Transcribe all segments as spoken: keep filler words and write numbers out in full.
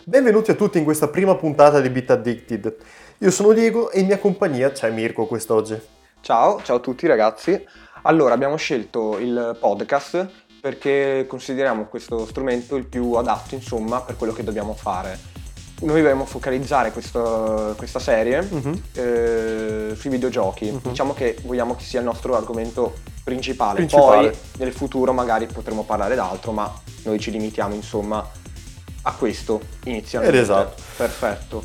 Benvenuti a tutti in questa prima puntata di Bit Addicted. Io sono Diego e in mia compagnia c'è Mirko quest'oggi. Ciao, ciao a tutti ragazzi. Allora, abbiamo scelto il podcast perché consideriamo questo strumento il più adatto, insomma, per quello che dobbiamo fare. Noi dobbiamo focalizzare questo, questa serie Mhm. eh, sui videogiochi. Mhm. Diciamo che vogliamo che sia il nostro argomento principale. Principale. Poi nel futuro magari potremo parlare d'altro, ma noi ci limitiamo, insomma, a questo inizialmente. Ed esatto. Perfetto.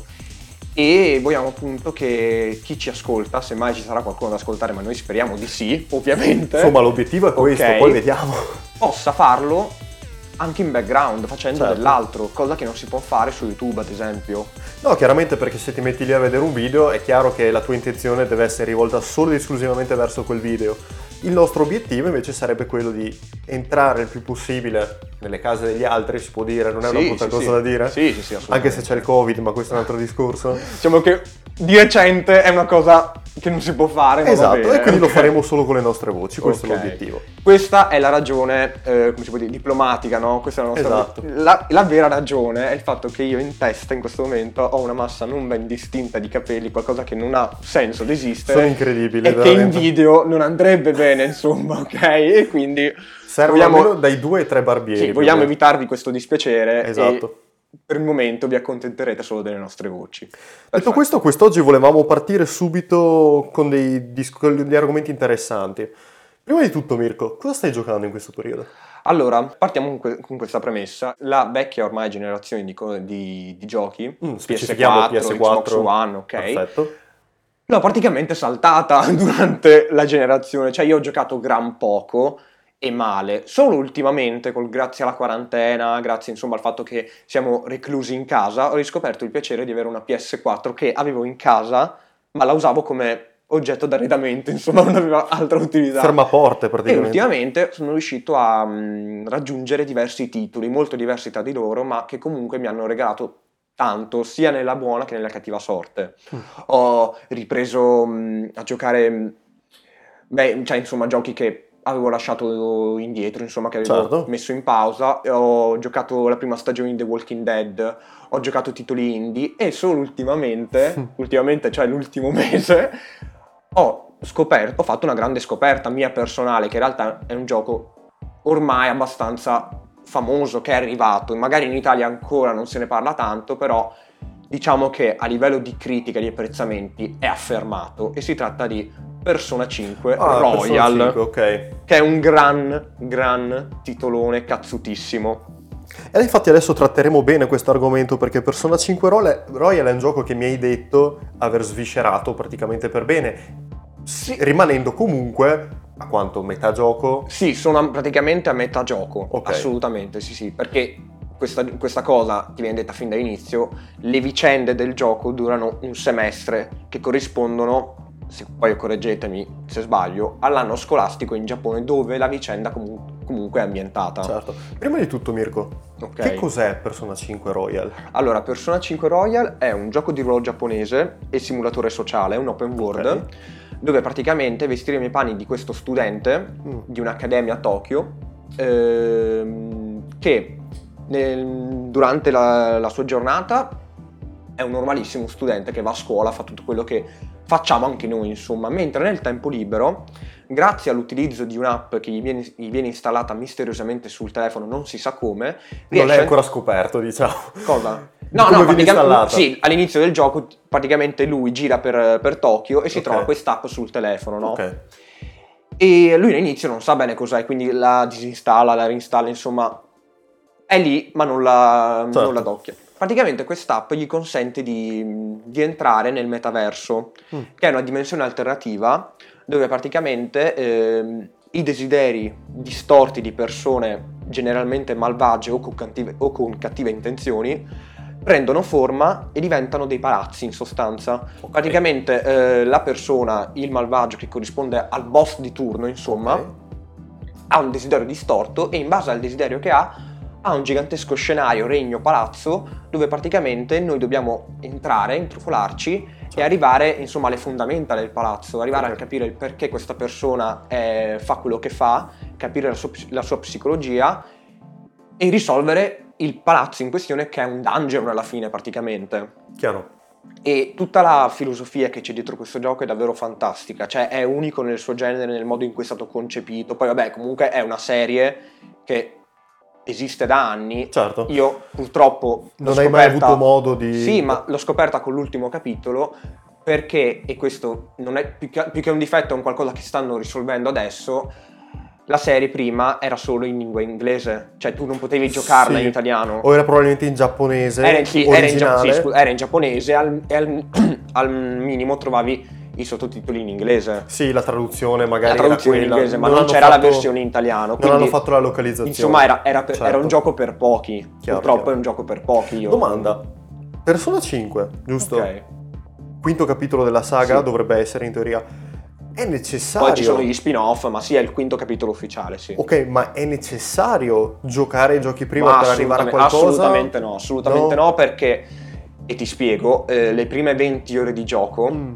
E vogliamo appunto che chi ci ascolta, semmai ci sarà qualcuno da ascoltare, ma noi speriamo di sì, ovviamente. Insomma, l'obiettivo è questo, Ok. poi vediamo. Possa farlo anche in background, facendo Certo. dell'altro, cosa che non si può fare su YouTube, ad esempio. No, chiaramente, perché se ti metti lì a vedere un video è chiaro che la tua intenzione deve essere rivolta solo ed esclusivamente verso quel video. Il nostro obiettivo invece sarebbe quello di entrare il più possibile nelle case degli altri, si può dire, non è una Sì, brutta sì, cosa sì. da dire? Sì, sì, sì, Anche assolutamente. se c'è il Covid, ma questo è un altro discorso. Diciamo che di recente è una cosa che non si può fare, ma va Esatto, bene, e quindi lo ok? faremo solo con le nostre voci, questo Ok. è l'obiettivo. Questa è la ragione, eh, come si può dire, diplomatica, no? Questa è la nostra... Esatto. La, la vera ragione è il fatto che io in testa in questo momento ho una massa non ben distinta di capelli, qualcosa che non ha senso di esistere. Sono incredibili, E che in veramente. video non andrebbe bene, insomma, ok? E quindi Servono vogliamo, almeno dai due ai tre barbieri. sì, più vogliamo o meno. evitarvi questo dispiacere. Esatto. E per il momento vi accontenterete solo delle nostre voci. Detto Perfetto. questo, quest'oggi volevamo partire subito con dei dis- con degli argomenti interessanti. Prima di tutto, Mirko, cosa stai giocando in questo periodo? Allora, partiamo con, que- con questa premessa. La vecchia ormai generazione di, co- di- di giochi, Mm, specifichiamo P S quattro, P S quattro. Xbox One, ok? Perfetto. L'ho praticamente saltata durante la generazione, cioè io ho giocato gran poco e male, solo ultimamente, col, grazie alla quarantena, grazie insomma al fatto che siamo reclusi in casa, ho riscoperto il piacere di avere una P S quattro che avevo in casa, ma la usavo come oggetto d'arredamento, insomma non aveva altra utilità. Fermaporte, E praticamente. ultimamente sono riuscito a mm, raggiungere diversi titoli, molto diversi tra di loro, ma che comunque mi hanno regalato tanto, sia nella buona che nella cattiva sorte. Mm. Ho ripreso mm, a giocare, mm, beh, cioè insomma giochi che avevo lasciato indietro, insomma che avevo Certo. messo in pausa. E ho giocato la prima stagione di The Walking Dead, ho giocato titoli indie e solo ultimamente, ultimamente cioè l'ultimo mese, ho scoperto, ho fatto una grande scoperta mia personale, che in realtà è un gioco ormai abbastanza famoso, che è arrivato, magari in Italia ancora non se ne parla tanto, però diciamo che a livello di critica e di apprezzamenti è affermato, e si tratta di Persona cinque Ah, Royal, Persona cinque, ok. che è un gran, gran titolone cazzutissimo. E infatti adesso tratteremo bene questo argomento, perché Persona cinque Royal Royal è un gioco che mi hai detto aver sviscerato praticamente per bene, Sì, rimanendo comunque a quanto metà gioco. sì, sono a- praticamente a metà gioco, Ok. assolutamente, sì, sì, perché questa, questa cosa ti viene detta fin dall'inizio, le vicende del gioco durano un semestre, che corrispondono, se poi correggetemi se sbaglio, all'anno scolastico in Giappone, dove la vicenda comu- comunque è ambientata. Certo. Prima di tutto, Mirko, Ok. che cos'è Persona cinque Royal? Allora, Persona cinque Royal è un gioco di ruolo giapponese e simulatore sociale, un open world, Ok. dove praticamente vestiremo i panni di questo studente Mm. di un'accademia a Tokyo, ehm, che nel- durante la, la sua giornata è un normalissimo studente che va a scuola, fa tutto quello che facciamo anche noi, insomma, mentre nel tempo libero, grazie all'utilizzo di un'app che gli viene, gli viene installata misteriosamente sul telefono, non si sa come, Non riesce... l'hai ancora scoperto, diciamo. Cosa? Di No, come no, viene praticamente, installata. sì, all'inizio del gioco praticamente lui gira per, per Tokyo e si Ok. trova quest'app sul telefono, no? Ok. E lui all'inizio non sa bene cos'è, quindi la disinstalla, la reinstalla, insomma, è lì ma non la, Certo. non la doppia. Praticamente quest'app gli consente di, di entrare nel metaverso, Mm. che è una dimensione alternativa dove praticamente ehm, i desideri distorti di persone generalmente malvagie o con cattive, o con cattive intenzioni prendono forma e diventano dei palazzi, in sostanza. Ok. Praticamente eh, la persona, il malvagio che corrisponde al boss di turno, insomma, Ok. ha un desiderio distorto e in base al desiderio che ha ha un gigantesco scenario, regno, palazzo, dove praticamente noi dobbiamo entrare, intrufolarci e arrivare, insomma, alle fondamenta del palazzo, arrivare Ok. a capire il perché questa persona eh, fa quello che fa, capire la sua, la sua psicologia e risolvere il palazzo in questione, che è un dungeon alla fine praticamente. Chiaro. E tutta la filosofia che c'è dietro questo gioco è davvero fantastica, cioè è unico nel suo genere, nel modo in cui è stato concepito. Poi vabbè, comunque è una serie che esiste da anni. Certo. Io purtroppo l'ho non hai mai avuto modo di... Sì, ma l'ho scoperta con l'ultimo capitolo, perché, e questo non è più che, più che un difetto, è un qualcosa che stanno risolvendo adesso. La serie prima era solo in lingua inglese, cioè tu non potevi giocarla Sì. in italiano. O era probabilmente in giapponese, Era in, sì, era in, originale. sì, scusa, era in giapponese, al, e al, al minimo trovavi i sottotitoli in inglese. Sì, la traduzione magari La traduzione era in quella. inglese, ma non, non c'era fatto, la versione in italiano. Non quindi, hanno fatto la localizzazione. Insomma, era, era, per, certo. era un gioco per pochi. Chiaro, Purtroppo chiaro. è un gioco per pochi. Io. Domanda. Persona cinque, giusto? Ok. Quinto capitolo della saga, Sì. dovrebbe essere in teoria. È necessario... Poi ci sono gli spin-off, ma sì, è il quinto capitolo ufficiale, sì. Ok, ma è necessario giocare i giochi prima Ma per arrivare a qualcosa? Assolutamente no, assolutamente no, no perché, e ti spiego, eh, le prime venti ore di gioco mm.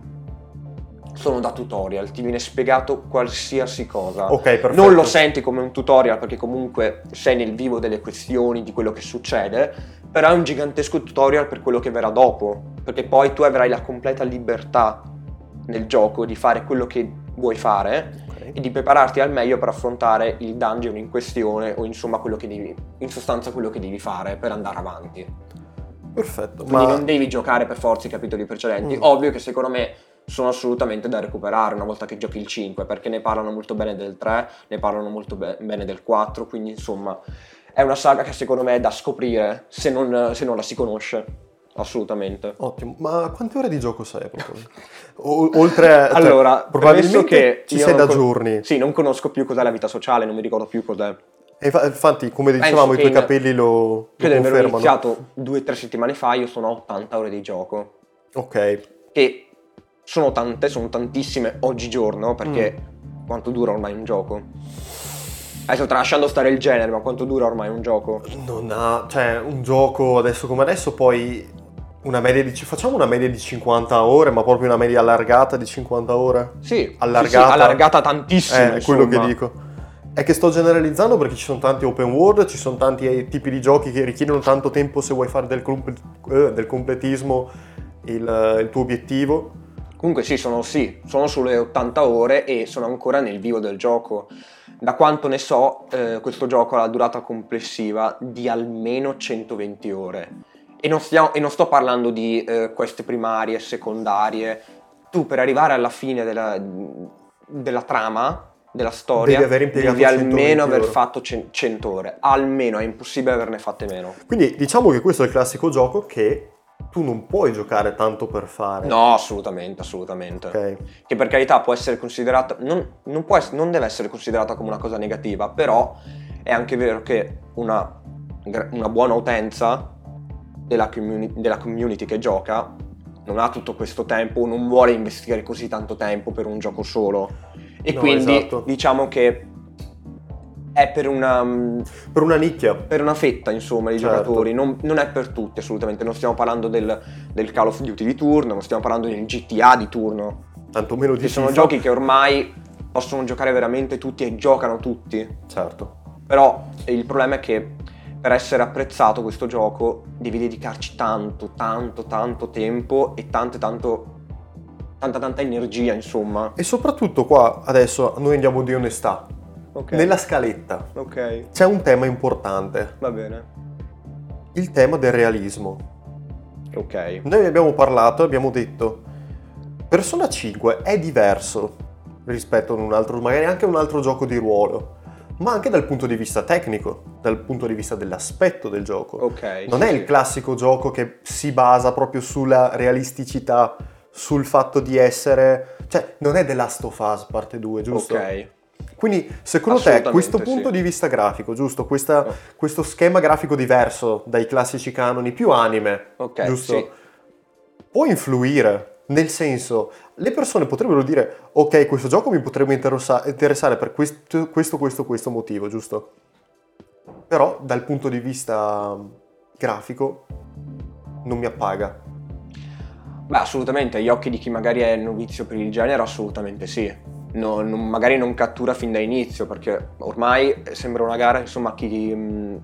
sono da tutorial, ti viene spiegato qualsiasi cosa. Ok, perfetto. Non lo senti come un tutorial perché comunque sei nel vivo delle questioni, di quello che succede, però è un gigantesco tutorial per quello che verrà dopo, perché poi tu avrai la completa libertà nel gioco di fare quello che vuoi fare, okay, e di prepararti al meglio per affrontare il dungeon in questione, o insomma quello che devi, in sostanza quello che devi fare per andare avanti. Perfetto. Quindi ma... non devi giocare per forza i capitoli precedenti. Mm. Ovvio che secondo me sono assolutamente da recuperare una volta che giochi il cinque, perché ne parlano molto bene del tre, ne parlano molto be- bene del quattro, quindi insomma è una saga che secondo me è da scoprire se non, se non la si conosce. Assolutamente. Ottimo, ma quante ore di gioco sai proprio? O, oltre, allora, cioè, probabilmente che ci sei da con... giorni. Sì, non conosco più cos'è la vita sociale, non mi ricordo più cos'è. E infatti, come dicevamo, i tuoi in... capelli lo, lo credo confermano. Credo di aver iniziato due o tre settimane fa, io sono a ottanta ore di gioco. Ok. Che sono tante, sono tantissime oggigiorno, perché mm. quanto dura ormai un gioco? Adesso tralasciando stare il genere, ma quanto dura ormai un gioco? Non ha, cioè un gioco adesso come adesso poi una media di, facciamo una media di cinquanta ore, ma proprio una media allargata di cinquanta ore? Sì, allargata, sì, sì, allargata tantissimo. Eh, è quello che dico. È che sto generalizzando perché ci sono tanti open world, ci sono tanti tipi di giochi che richiedono tanto tempo se vuoi fare del, comple- eh, del completismo il, il tuo obiettivo. Comunque sì, sono sì, sono sulle ottanta ore e sono ancora nel vivo del gioco. Da quanto ne so, eh, questo gioco ha la durata complessiva di almeno centoventi ore. E non, stiamo, e non sto parlando di eh, queste primarie, secondarie. Tu per arrivare alla fine della, della trama, della storia, devi, aver devi almeno aver ore. fatto cento ore. Almeno, è impossibile averne fatte meno. Quindi diciamo che questo è il classico gioco che tu non puoi giocare tanto per fare. No, assolutamente, assolutamente. Okay. Che per carità può essere considerata, non, non, può essere, non deve essere considerata come una cosa negativa, però è anche vero che una, una buona utenza della community, della community che gioca non ha tutto questo tempo, non vuole investire così tanto tempo per un gioco solo. E no, quindi esatto. diciamo che è per una per una nicchia, per una fetta insomma di certo. giocatori, non, non è per tutti assolutamente, non stiamo parlando del, del Call of Duty di turno, non stiamo parlando del G T A di turno, tanto meno di che sono FIFA. giochi che ormai possono giocare veramente tutti e giocano tutti, certo, però il problema è che per essere apprezzato questo gioco devi dedicarci tanto tanto tanto tempo e tante tanto tanta tanta energia insomma, e soprattutto qua adesso noi andiamo di onestà. Okay. Nella scaletta okay. c'è un tema importante. Va bene. Il tema del realismo. Ok. Noi abbiamo parlato, abbiamo detto Persona cinque è diverso rispetto ad un altro, magari anche un altro gioco di ruolo, ma anche dal punto di vista tecnico, dal punto di vista dell'aspetto del gioco. Ok. Non sì, è sì. il classico gioco che si basa proprio sulla realisticità, sul fatto di essere, cioè non è The Last of Us parte due, giusto? Ok. Quindi secondo te questo punto sì. di vista grafico, giusto? Questa, oh. Questo schema grafico diverso dai classici canoni, più anime, okay, giusto? Sì. Può influire, nel senso, le persone potrebbero dire ok, questo gioco mi potrebbe interessa- interessare per questo, questo, questo, questo motivo, giusto? Però dal punto di vista grafico non mi appaga. Beh, assolutamente, agli occhi di chi magari è novizio per il genere, assolutamente sì. No, non, magari non cattura fin da inizio, perché ormai sembra una gara, insomma, chi,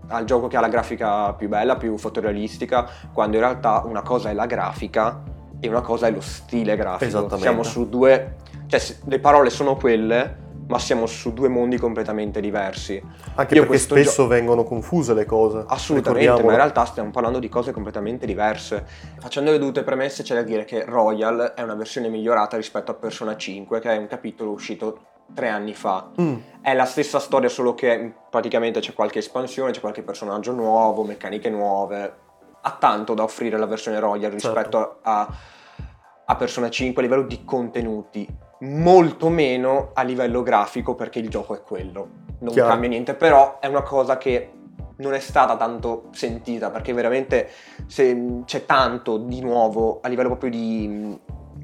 al gioco che ha la grafica più bella, più fotorealistica, quando in realtà una cosa è la grafica e una cosa è lo stile grafico. Esattamente. Siamo su due, cioè le parole sono quelle, ma siamo su due mondi completamente diversi. Anche Io perché questo spesso gio- vengono confuse le cose. Assolutamente, ma ricordiamolo. in realtà stiamo parlando di cose completamente diverse. Facendo le dovute premesse, c'è da dire che Royal è una versione migliorata rispetto a Persona cinque, che è un capitolo uscito tre anni fa. Mm, È la stessa storia, solo che praticamente c'è qualche espansione, c'è qualche personaggio nuovo, meccaniche nuove. Ha tanto da offrire la versione Royal rispetto Certo. a, a Persona cinque a livello di contenuti, molto meno a livello grafico, perché il gioco è quello, non Chiaro. cambia niente. Però è una cosa che non è stata tanto sentita, perché veramente se, c'è tanto di nuovo a livello proprio di,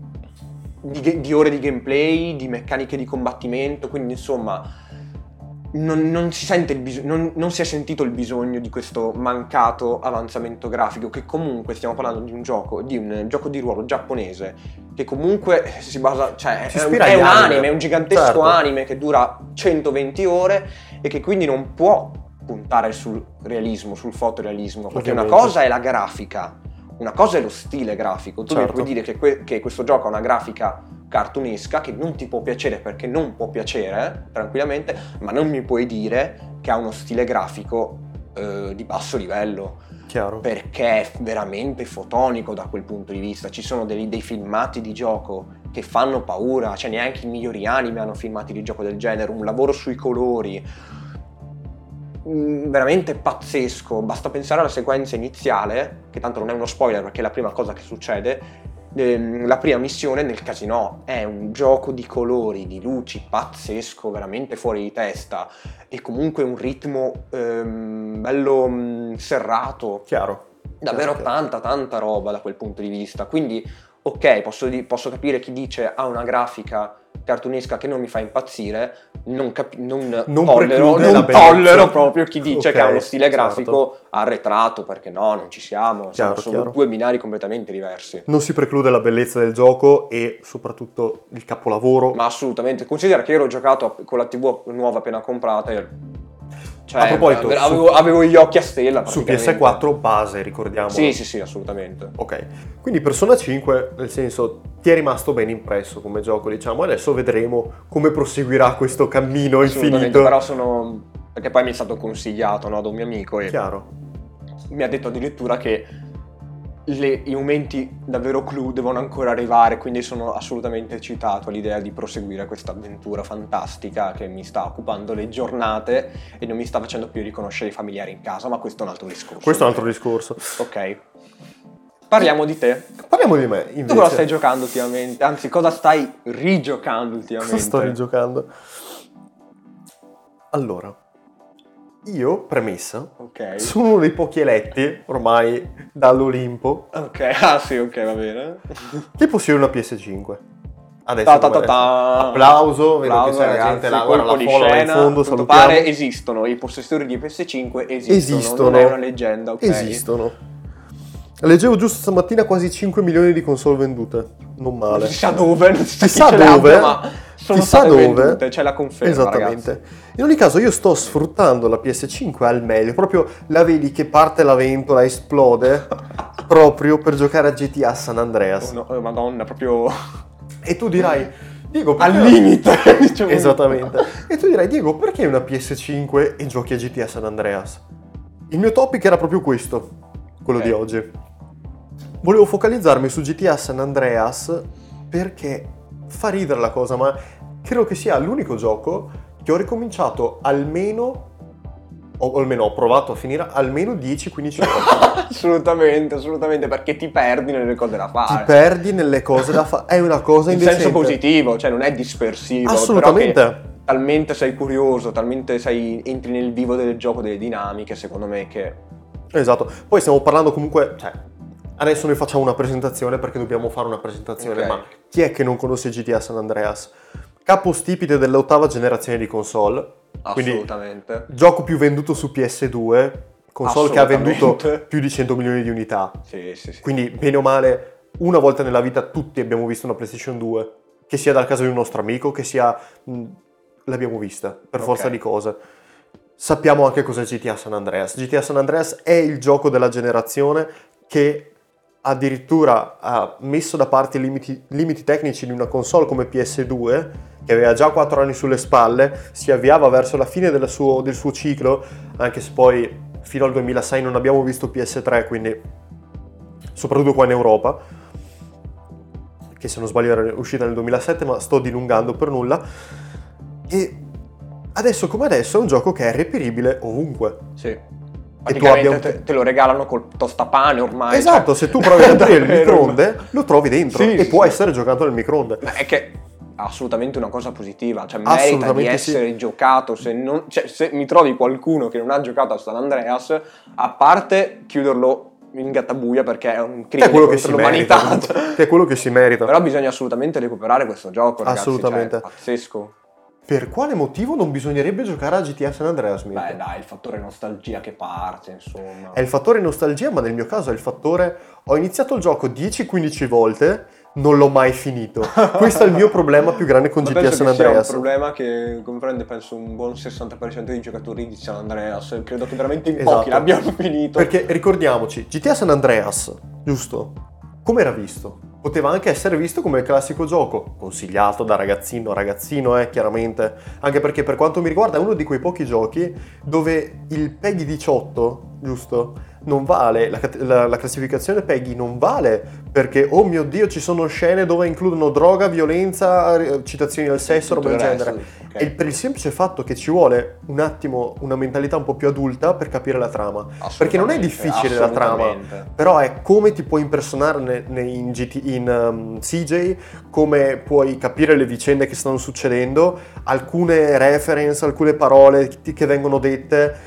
di, di ore di gameplay, di meccaniche di combattimento, quindi insomma non, non si sente il bis- non, non si è sentito il bisogno di questo mancato avanzamento grafico, che comunque stiamo parlando di un gioco, di un gioco di ruolo giapponese che comunque si basa, cioè Si è, un, ispira è agli un anime. anime, è un gigantesco Certo. anime che dura centoventi ore e che quindi non può puntare sul realismo, sul fotorealismo, perché Ovviamente. una cosa è la grafica, una cosa è lo stile grafico. Tu mi Certo. puoi dire che, que- che questo gioco ha una grafica cartunesca che non ti può piacere, perché non può piacere, eh, tranquillamente, ma non mi puoi dire che ha uno stile grafico eh, di basso livello, Chiaro. perché è veramente fotonico da quel punto di vista. Ci sono dei, dei filmati di gioco che fanno paura, cioè neanche i migliori anime hanno filmati di gioco del genere, un lavoro sui colori mm, veramente pazzesco. Basta pensare alla sequenza iniziale, che tanto non è uno spoiler perché è la prima cosa che succede. Ehm, la prima missione nel casino è un gioco di colori, di luci pazzesco, veramente fuori di testa, e comunque un ritmo ehm, bello mm, serrato, Chiaro. davvero Chiaro, chiaro. tanta tanta roba da quel punto di vista. Quindi ok, posso, di- posso capire chi dice ha una grafica cartunesca che non mi fa impazzire, non, capi- non, Non tollero, preclude la non bellezza. tollero proprio chi dice Ok, che ha uno stile certo. grafico arretrato, perché no, non ci siamo, Chiaro, siamo solo chiaro. due binari completamente diversi. Non si preclude la bellezza del gioco e soprattutto il capolavoro. Ma assolutamente, considera che io ero giocato con la tivù nuova appena comprata e cioè, A proposito, ave- su- avevo, avevo gli occhi a stella Su P praticamente. S quattro base, ricordiamo. Sì, sì, sì, assolutamente. Ok, quindi Persona cinque, nel senso, ti è rimasto ben impresso come gioco, diciamo. Adesso vedremo come proseguirà questo cammino Assolutamente, infinito. però sono... perché poi mi è stato consigliato, no, da un mio amico e Chiaro. mi ha detto addirittura che le- i momenti davvero clou devono ancora arrivare, quindi sono assolutamente eccitato all'idea di proseguire questa avventura fantastica che mi sta occupando le giornate e non mi sta facendo più riconoscere i familiari in casa, ma questo è un altro discorso. Questo è un altro discorso. Ok. Parliamo di te. Parliamo di me, invece. Tu cosa stai giocando ultimamente? Anzi, cosa stai rigiocando ultimamente? Cosa sto rigiocando? Allora, io, premessa, Ok. sono uno dei pochi eletti, ormai, dall'Olimpo, Ok, ah sì, ok, va bene. che possiede una P S cinque. Adesso, Ta ta ta come ta. adesso. Applauso, vedo Applauso, che c'è la ragazzi, gente là, guarda la colpo di folla là in scena. fondo, A quanto salutiamo. pare esistono, i possessori di P S cinque esistono, Esistono. non è una leggenda, ok? Esistono. Leggevo giusto stamattina quasi cinque milioni di console vendute. Non male. Non si sa dove, non si sa Chissà chi ce le dove, abbia, ma sono chissà state dove. vendute, c'è la conferma, Esattamente. ragazzi. In ogni caso io sto sfruttando la P S cinque al meglio, proprio la vedi che parte la ventola, esplode, proprio per giocare a G T A San Andreas. Oh, no, oh, madonna, proprio E tu dirai, Diego, al perché- limite, diciamo. Esattamente. E tu dirai, Diego, perché una P S cinque e giochi a G T A San Andreas? Il mio topic era proprio questo, quello Ok. di oggi. Volevo focalizzarmi su G T A San Andreas perché fa ridere la cosa, ma credo che sia l'unico gioco che ho ricominciato almeno, o almeno ho provato a finire almeno dieci quindici volte. Assolutamente, assolutamente, perché ti perdi nelle cose da Ti fare. perdi nelle cose da fare, è una cosa In indecente. senso positivo, cioè non è dispersivo. Assolutamente. Però che talmente sei curioso, talmente sei, entri nel vivo del gioco, delle dinamiche, secondo me, che... Esatto, poi stiamo parlando comunque, cioè, adesso noi facciamo una presentazione perché dobbiamo fare una presentazione, Ok. ma chi è che non conosce G T A San Andreas? Capostipite dell'ottava generazione di console, quindi Assolutamente. gioco più venduto su P S due, console che ha venduto Assolutamente. più di cento milioni di unità, Sì, sì, sì. quindi bene o male una volta nella vita tutti abbiamo visto una PlayStation due, che sia dal caso di un nostro amico, che sia... mh, l'abbiamo vista, per Ok. forza di cose. sappiamo anche cos'è G T A San Andreas. G T A San Andreas è il gioco della generazione che addirittura ha messo da parte i limiti, limiti tecnici di una console come P S due, che aveva già quattro anni sulle spalle, si avviava verso la fine del suo, del suo ciclo, anche se poi fino al duemilasei non abbiamo visto P S tre, quindi soprattutto qua in Europa, che se non sbaglio era uscita nel duemilasette, ma sto dilungando per nulla. E adesso come adesso è un gioco che è reperibile ovunque. Sì. E tu abbia un... te, te lo regalano col tostapane ormai. Esatto, cioè... se tu provi ad aprire il microonde lo trovi dentro, sì, e sì, può sì. essere giocato nel microonde. Ma è che assolutamente una cosa positiva, cioè merita di essere sì. giocato. Se, non, cioè, se mi trovi qualcuno che non ha giocato a San Andreas, a parte chiuderlo in gattabuia perché è un crimine è quello contro che l'umanità, si merita, che è quello che si merita. Però bisogna assolutamente recuperare questo gioco, ragazzi. Assolutamente. Cioè, pazzesco. Per quale motivo non bisognerebbe giocare a G T A San Andreas, Mirko? Beh dai, il fattore nostalgia che parte, insomma. È il fattore nostalgia, ma nel mio caso è il fattore... Ho iniziato il gioco dieci quindici volte, non l'ho mai finito. Questo è il mio problema più grande con G T A San Andreas. È un problema che comprende, penso, un buon sessanta per cento dei giocatori di San Andreas. Credo che veramente in esatto. pochi l'abbiano finito. Perché ricordiamoci, G T A San Andreas, giusto? Come era visto? Poteva anche essere visto come il classico gioco, consigliato da ragazzino, ragazzino eh, chiaramente, anche perché per quanto mi riguarda è uno di quei pochi giochi dove il PEGI diciotto, giusto? Non vale, la, la, la classificazione PEGI non vale perché, oh mio Dio, ci sono scene dove includono droga, violenza, citazioni al sesso, roba del genere. Okay. E per il semplice fatto che ci vuole un attimo una mentalità un po' più adulta per capire la trama. Perché non è difficile la trama, però è come ti puoi impersonare in, G T, in um, C J, come puoi capire le vicende che stanno succedendo, alcune reference, alcune parole che vengono dette.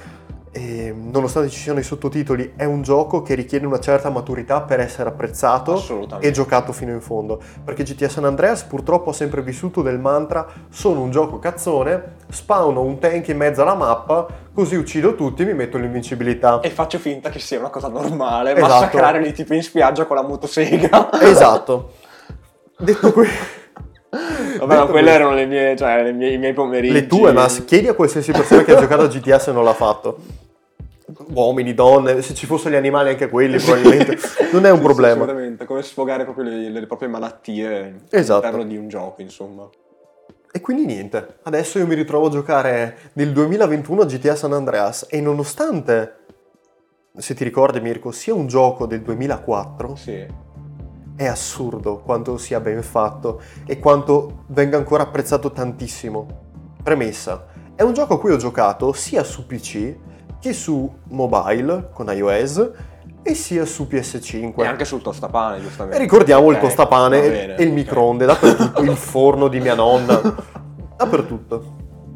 E nonostante ci siano i sottotitoli, è un gioco che richiede una certa maturità per essere apprezzato e giocato fino in fondo, perché G T A San Andreas purtroppo ha sempre vissuto del mantra: sono un gioco cazzone, spawno un tank in mezzo alla mappa, così uccido tutti e mi metto l'invincibilità e faccio finta che sia una cosa normale, esatto. massacrare lì tipo in spiaggia con la motosega. Esatto. Detto questo, vabbè, ma quelle erano le mie, cioè, le mie, i miei pomeriggi. Le tue, ma chiedi a qualsiasi persona che ha giocato a G T A se non l'ha fatto. Uomini, donne, se ci fossero gli animali anche quelli probabilmente non è un sì, problema. Assolutamente, come sfogare proprio le, le proprie malattie esatto. all'interno di un gioco, insomma. E quindi niente, adesso io mi ritrovo a giocare nel duemilaventuno a G T A San Andreas e nonostante, se ti ricordi Mirko, sia un gioco del duemilaquattro, sì. è assurdo quanto sia ben fatto e quanto venga ancora apprezzato tantissimo. Premessa, è un gioco a cui ho giocato sia su P C che su mobile con iOS e sia su P S cinque. E anche sul tostapane, giustamente. E ricordiamo okay, il tostapane bene, e il microonde, dappertutto, il forno di mia nonna, dappertutto.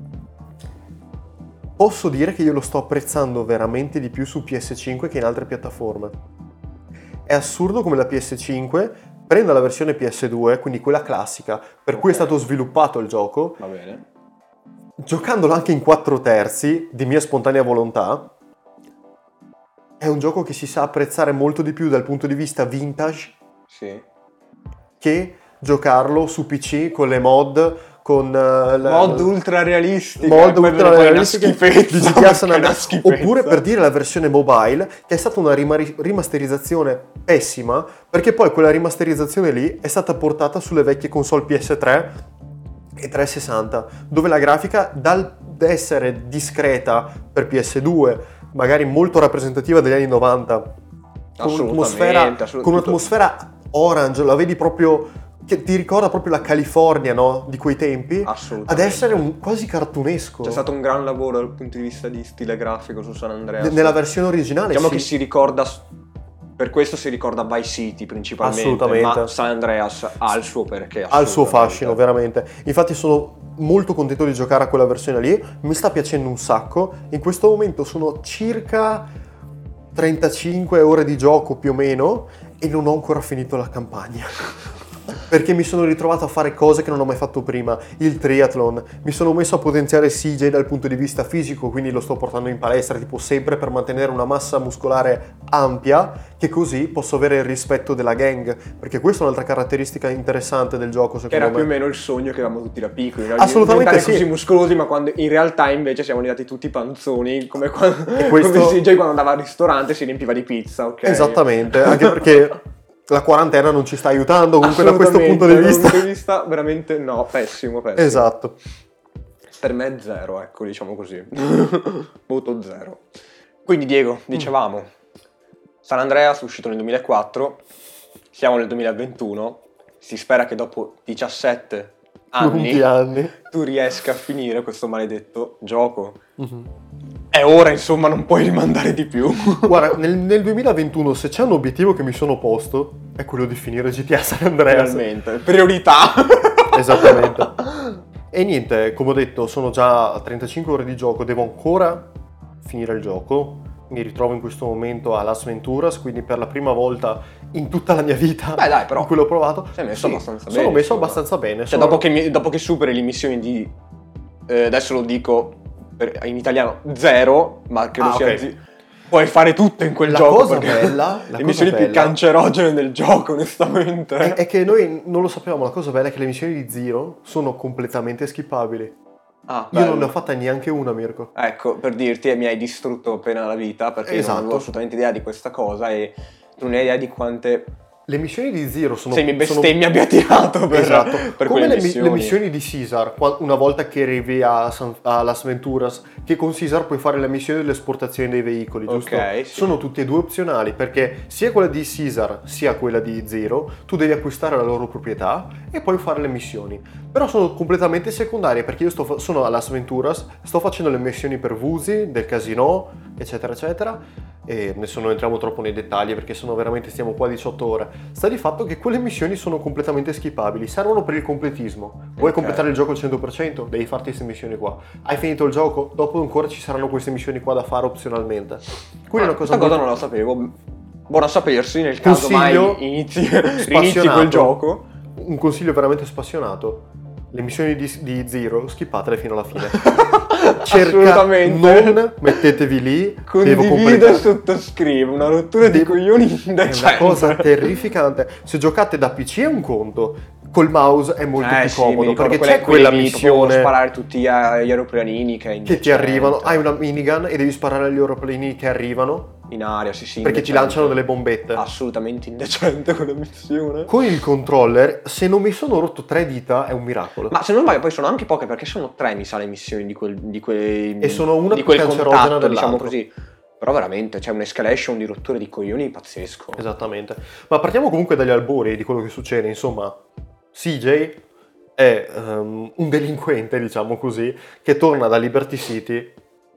Posso dire che io lo sto apprezzando veramente di più su P S cinque che in altre piattaforme. È assurdo come la P S cinque prenda la versione P S due, quindi quella classica, per okay. cui è stato sviluppato il gioco. Va bene. Giocandolo anche in quattro terzi, di mia spontanea volontà, è un gioco che si sa apprezzare molto di più dal punto di vista vintage sì. che giocarlo su P C con le mod, con uh, la, mod ultra realistiche, mod ultra realistiche di G T A San Andreas, schifezza. Oppure per dire la versione mobile, che è stata una rimari- rimasterizzazione pessima, perché poi quella rimasterizzazione lì è stata portata sulle vecchie console P S tre e trecentosessanta, dove la grafica, dal essere discreta per P S due, magari molto rappresentativa degli anni novanta, con un'atmosfera, con un'atmosfera orange, la vedi proprio, che ti ricorda proprio la California, no? Di quei tempi, ad essere un, quasi cartunesco. C'è stato un gran lavoro dal punto di vista di stile grafico su San Andreas. N- nella versione originale, diciamo sì. che si ricorda... Per questo si ricorda Vice City principalmente, ma San Andreas ha il suo perché. Ha il suo fascino, veramente. Infatti sono molto contento di giocare a quella versione lì, mi sta piacendo un sacco. In questo momento sono circa trentacinque ore di gioco più o meno e non ho ancora finito la campagna. perché mi sono ritrovato a fare cose che non ho mai fatto prima, il triathlon, mi sono messo a potenziare C J dal punto di vista fisico, quindi lo sto portando in palestra tipo sempre per mantenere una massa muscolare ampia, che così posso avere il rispetto della gang, perché questa è un'altra caratteristica interessante del gioco, secondo Che era me. più o meno il sogno che avevamo tutti da piccoli, no? Assolutamente Diventare sì. così muscolosi, ma quando in realtà invece siamo diventati tutti panzoni, come quando questo- come C J quando andava al ristorante si riempiva di pizza, ok? Esattamente, anche perché la quarantena non ci sta aiutando comunque da questo punto di Assolutamente, da vista. questo punto di vista veramente no, pessimo, pessimo. Esatto. Per me è zero, ecco, diciamo così. Voto zero. Quindi Diego, dicevamo, San Andreas uscito nel duemilaquattro, siamo nel duemilaventuno, si spera che dopo diciassette anni, Lunghi anni. tu riesca a finire questo maledetto gioco. Mhm. È ora, insomma, non puoi rimandare di più. Guarda, nel, nel duemilaventuno se c'è un obiettivo che mi sono posto è quello di finire G T A San Andreas. Realmente, priorità. Esattamente. E niente, come ho detto, sono già a trentacinque ore di gioco, devo ancora finire il gioco. Mi ritrovo in questo momento a Las Venturas, quindi per la prima volta in tutta la mia vita Beh, dai, però in cui l'ho provato. sei messo Sì, abbastanza sono bene, messo insomma. abbastanza bene. Cioè, sono- dopo che, mi- dopo che superi le missioni di... eh, adesso lo dico per- in italiano, zero, ma credo Ah, sia... ok. zi- puoi fare tutto in quel La gioco. cosa perché bella- la le cosa missioni più bella- cancerogene del gioco, onestamente. È, è che noi non lo sapevamo, la cosa bella è che le missioni di Zero sono completamente skippabili. Ah, Io non bello. ne ho fatta neanche una, Mirko. Ecco, per dirti, mi hai distrutto appena la vita, perché io Esatto. non avevo assolutamente idea di questa cosa e non hai idea di quante Le missioni di Zero sono... semi sono... bestemmie abbia tirato per, Esatto, per come quelle le, mi- missioni. le missioni di Caesar, qua- una volta che arrivi a, San- a Las Venturas, che con Caesar puoi fare la missione dell'esportazione dei veicoli, giusto? Ok, sì. Sono tutte e due opzionali, perché sia quella di Caesar sia quella di Zero, tu devi acquistare la loro proprietà e poi fare le missioni. Però sono completamente secondarie, perché io sto fa- sono a Las Venturas, sto facendo le missioni per Vusi, del casino, eccetera, eccetera, e adesso non entriamo troppo nei dettagli perché sono veramente stiamo qua diciotto ore. Sta di fatto che quelle missioni sono completamente skippabili, servono per il completismo. Vuoi Ok. completare il gioco al cento per cento? Devi farti queste missioni qua. Hai finito il gioco? Dopo ancora ci saranno queste missioni qua da fare opzionalmente. Quindi è una cosa Questa cosa molto- non la sapevo. Buona sapersi nel caso Consiglio mai inizi, inizi spassionato. quel gioco. Un consiglio veramente spassionato. Le missioni di, di Zero, skippatele fino alla fine. Cerca, Assolutamente. non mettetevi lì, devo Condivido e completare. sottoscrivo, una rottura di Devo- coglioni È indecente. una cosa terrificante. Se giocate da P C è un conto, col mouse è molto Eh più sì, mi comodo, ricordo perché quelle- c'è quella quelle lì, proprio missione sparare tutti gli, gli aeroplanini che, è che ti indecente. arrivano, hai una minigun e devi sparare agli aeroplani che arrivano in aria, sì sì. perché ti indecente. lanciano delle bombette. Assolutamente indecente quella missione. Con il controller, se non mi sono rotto tre dita, è un miracolo. Ma se non sbaglio poi sono anche poche, perché sono tre mi sa le missioni di quel di quei E sono una di più quel cancerogena contatto, dell'altra. diciamo così. Però veramente c'è un'escalation di rotture di coglioni pazzesco. Esattamente. Ma partiamo comunque dagli albori di quello che succede. Insomma, C J è ehm, un delinquente, diciamo così, che torna da Liberty City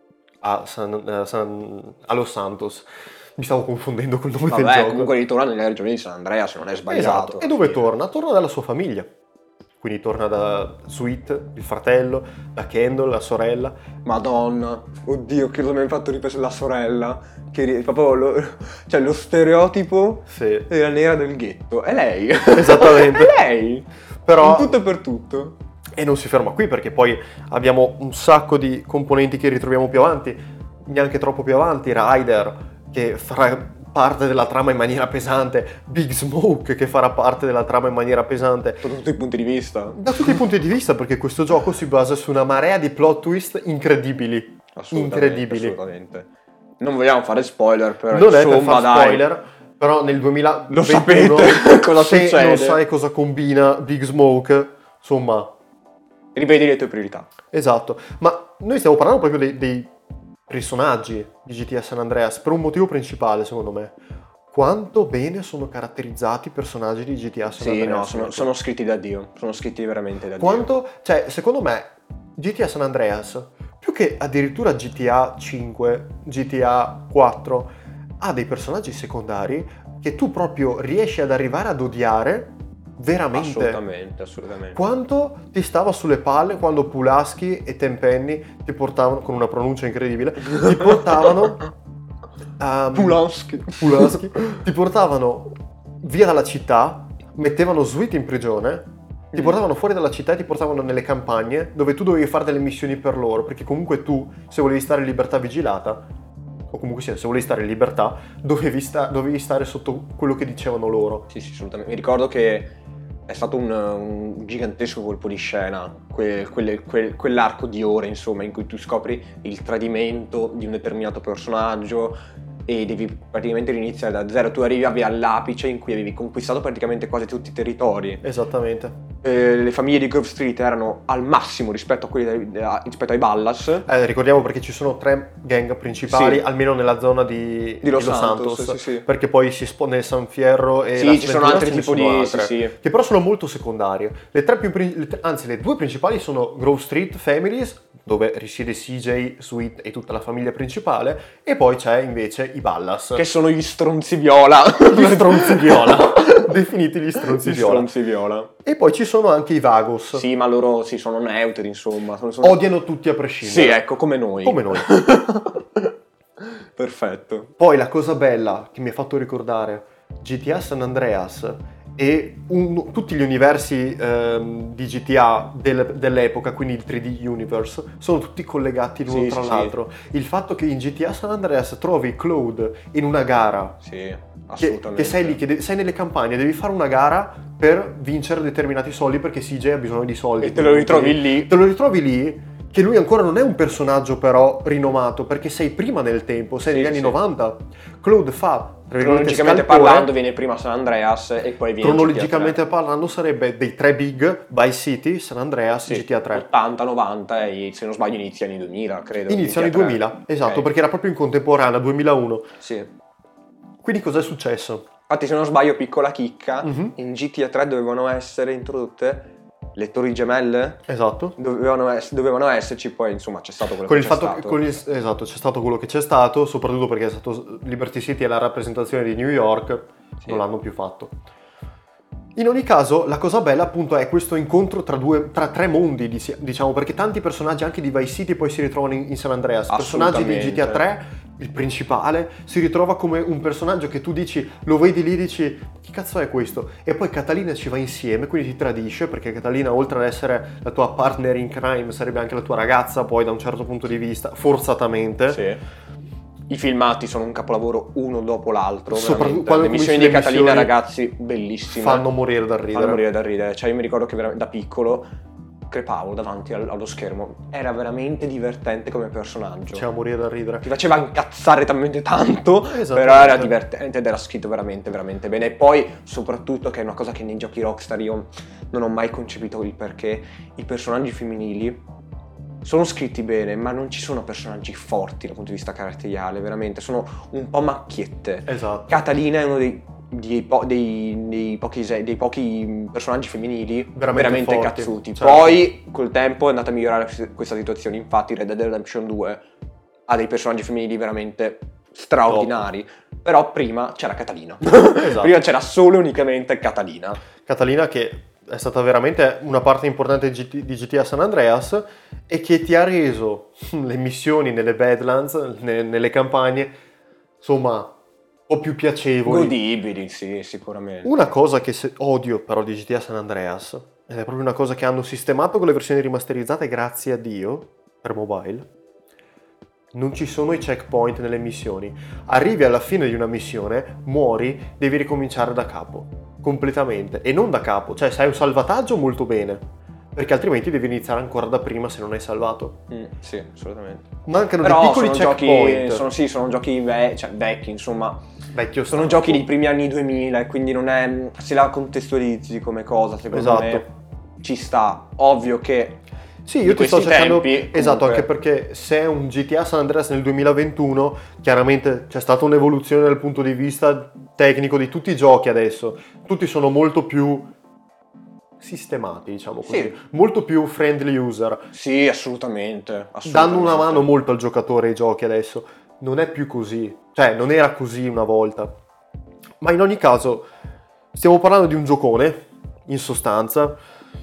a, San, a San- a Los Santos. Mi stavo confondendo col nome del Vabbè, gioco. comunque ritorna nelle regioni di San Andrea, se non è sbagliato. Esatto. E dove torna? Torna dalla sua famiglia. Quindi torna da Sweet, il fratello, da Kendall, la sorella. Madonna, oddio, che cosa mi hai fatto ripetere la sorella. Che ri- proprio lo, cioè lo stereotipo Sì. della nera del ghetto. È lei. Esattamente. È lei. Però... In tutto e per tutto. E non si ferma qui perché poi abbiamo un sacco di componenti che ritroviamo più avanti, neanche troppo più avanti, Ryder che farà parte della trama in maniera pesante, Big Smoke che farà parte della trama in maniera pesante, Da tutti i punti di vista. da tutti i punti di vista, perché questo gioco si basa su una marea di plot twist incredibili, Assolutamente, incredibili. assolutamente. Non vogliamo fare spoiler, però Non è per insomma, far dai. spoiler, però nel duemilaventuno Lo sapete cosa se succede. non sai cosa combina Big Smoke, insomma... Rivedi le tue priorità. Esatto, ma noi stiamo parlando proprio dei, dei personaggi di G T A San Andreas per un motivo principale, secondo me. Quanto bene sono caratterizzati i personaggi di G T A San Sì, Andreas. no, sono, sono scritti da Dio. Sono scritti veramente da Quanto, cioè, secondo me, G T A San Andreas, più che addirittura G T A cinque, G T A quattro, ha dei personaggi secondari che tu proprio riesci ad arrivare ad odiare Dio. veramente. Assolutamente, assolutamente. Quanto ti stava sulle palle quando Pulaski e Tempenny ti portavano, con una pronuncia incredibile, ti portavano... um, Pulaski. Pulaski, ti portavano via dalla città mettevano Sweet in prigione, ti Mm. portavano fuori dalla città e ti portavano nelle campagne dove tu dovevi fare delle missioni per loro, perché comunque tu, se volevi stare in libertà vigilata, o comunque sia, se volevi stare in libertà, dovevi, sta- dovevi stare sotto quello che dicevano loro. Sì, sì, assolutamente. Mi ricordo che è stato un, un gigantesco colpo di scena, que- quelle- quel- quell'arco di ore, insomma, in cui tu scopri il tradimento di un determinato personaggio e devi praticamente riniziare da zero. Tu arrivavi all'apice in cui avevi conquistato praticamente quasi tutti i territori. Esattamente. Eh, le famiglie di Grove Street erano al massimo rispetto a quelli dei- a- rispetto ai Ballas. Eh, ricordiamo perché ci sono tre gang principali, Sì. almeno nella zona di, Di Los Los Santos, Santos, sì, sì. perché poi si espone nel San Fierro e Sì, la ci sono Ventura, altri ce ne tipo sono di- altre, sì, sì. che però sono molto secondarie. Le tre più prin- le tre- anzi, le due principali sono Grove Street Families, dove risiede C J, Sweet e tutta la famiglia principale, e poi c'è invece i Ballas, Che sono gli stronzi viola. gli stronzi viola, definiti gli stronzi Gli viola. stronzi viola. E poi ci sono anche i Vagos. Sì, ma loro sì, sono neutri, insomma. Sono, sono- Odiano tutti a Sì, prescindere. ecco, come noi. Come noi. Perfetto. Poi la cosa bella che mi ha fatto ricordare G T A San Andreas e un- tutti gli universi ehm, di G T A del- dell'epoca, quindi il tre D Universe, sono tutti collegati l'uno Sì, tra sì, l'altro. Il fatto che in G T A San Andreas trovi Claude in una gara, Sì, che, assolutamente. che sei lì, che de- sei nelle campagne, devi fare una gara per vincere determinati soldi perché C J ha bisogno di soldi. E te lo ritrovi lì. Te lo ritrovi lì, che lui ancora non è un personaggio però rinomato, perché sei prima nel tempo, sei Sì, negli anni sì. novanta. Claude fa, tra virgolette, Cronologicamente scalpore. parlando, viene prima San Andreas e poi viene Cronologicamente G T A parlando sarebbe dei tre big, Vice City, San Andreas, tre. Sì, G T A tre. ottanta, novanta e se non sbaglio inizia anni duemila, credo. Inizia anni G T A tre. duemila, esatto, Ok. perché era proprio in contemporanea, duemilauno. Sì. Quindi cos'è successo? Infatti, se non sbaglio, piccola chicca, Mhm. in G T A tre dovevano essere introdotte le torri gemelle. Esatto. Dovevano, ess- dovevano esserci, poi insomma c'è stato quello Con che il c'è fatto stato. che con il- esatto, c'è stato quello che c'è stato, soprattutto perché è stato Liberty City è la rappresentazione di New York, Sì. non l'hanno più fatto. In ogni caso, la cosa bella appunto è questo incontro tra, due, tra tre mondi, dici- diciamo, perché tanti personaggi anche di Vice City poi si ritrovano in, in San Andreas. Personaggi di G T A tre, il principale, si ritrova come un personaggio che tu dici, lo vedi lì e dici, chi cazzo è questo? E poi Catalina ci va insieme, quindi ti tradisce, perché Catalina oltre ad essere la tua partner in crime sarebbe anche la tua ragazza, poi da un certo punto di vista, forzatamente. Sì. I filmati sono un capolavoro uno dopo l'altro. Soprattutto veramente. quando Le missioni cominci di le Catalina, missioni ragazzi, bellissime. Fanno morire da ridere. Fanno morire da ridere. Cioè, io mi ricordo che veramente da piccolo crepavo davanti al- allo schermo. Era veramente divertente come personaggio. Faceva morire da ridere. Ti faceva incazzare talmente tanto, Esattamente. però era divertente ed era scritto veramente, veramente bene. E poi, soprattutto, che è una cosa che nei giochi Rockstar io non ho mai concepito il perché, i personaggi femminili sono scritti bene, ma non ci sono personaggi forti dal punto di vista caratteriale, veramente, sono un po' macchiette. Esatto. Catalina è uno dei, dei, po- dei- dei pochi, ese- dei pochi personaggi femminili Veramente veramente, forti, cazzuti. certo. Poi col tempo è andata a migliorare questa situazione, infatti Red Dead Redemption due ha dei personaggi femminili veramente straordinari, però prima c'era Catalina. Esatto. Prima c'era solo e unicamente Catalina. Catalina che è stata veramente una parte importante di G T di G T A San Andreas e che ti ha reso le missioni nelle Badlands, ne- nelle campagne, insomma, un po' più piacevoli. Godibili, sì, sicuramente. Una cosa che se- odio però di G T A San Andreas, ed è proprio una cosa che hanno sistemato con le versioni rimasterizzate, grazie a Dio, per mobile, non ci sono i checkpoint nelle missioni. Arrivi alla fine di una missione, muori, devi ricominciare da capo, completamente. E non da capo, cioè se hai un salvataggio molto bene, perché altrimenti devi iniziare ancora da prima se non hai salvato. Mm, sì, assolutamente. Mancano Però dei piccoli sono giochi, checkpoint. sono, sì, sono giochi ve- cioè, vecchi, insomma. Vecchio Sono stampo. giochi dei primi anni duemila e quindi non è... Se la contestualizzi come cosa, secondo Esatto. me ci sta. Ovvio che... Sì, di io ti sto questi cercando. tempi, Esatto, comunque- anche perché se è un G T A San Andreas nel duemilaventuno, chiaramente c'è stata un'evoluzione dal punto di vista tecnico di tutti i giochi adesso. Tutti sono molto più sistemati, diciamo così, Sì. molto più friendly user. Sì, assolutamente. assolutamente. Danno una mano molto al giocatore i giochi adesso. Non è più così, cioè non era così una volta. Ma in ogni caso, stiamo parlando di un giocone, in sostanza.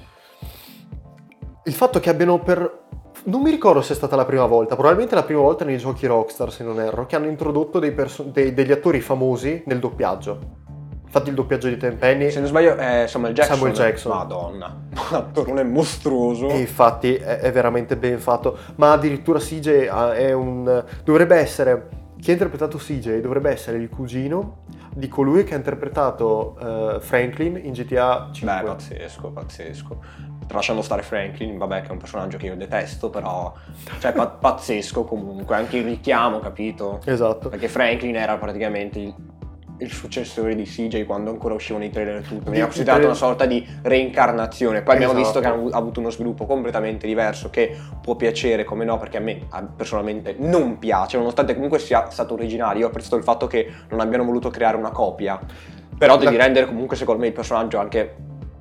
Il fatto che abbiano per... Non mi ricordo se è stata la prima volta, probabilmente la prima volta nei giochi Rockstar, se non erro, che hanno introdotto dei perso- dei- degli attori famosi nel doppiaggio. Infatti il doppiaggio di Tenpenny, se non sbaglio è Samuel Jackson. Samuel Jackson. Madonna, un attore mostruoso. E infatti è, è veramente ben fatto, ma addirittura C J è un dovrebbe essere chi ha interpretato C J dovrebbe essere il cugino di colui che ha interpretato uh, Franklin in G T A cinque. Beh, pazzesco, pazzesco. Tralasciando stare Franklin, vabbè, che è un personaggio che io detesto, però cioè pa- pazzesco comunque, anche il richiamo, capito? Esatto. Perché Franklin era praticamente il, il successore di C J quando ancora uscivano i trailer e tutto, veniva considerato una sorta di reincarnazione. Poi abbiamo Esatto. visto che hanno avuto uno sviluppo completamente diverso, che può piacere come no, perché a me personalmente non piace, nonostante comunque sia stato originario. Io ho apprezzato il fatto che non abbiano voluto creare una copia, però devi La... rendere comunque secondo me il personaggio anche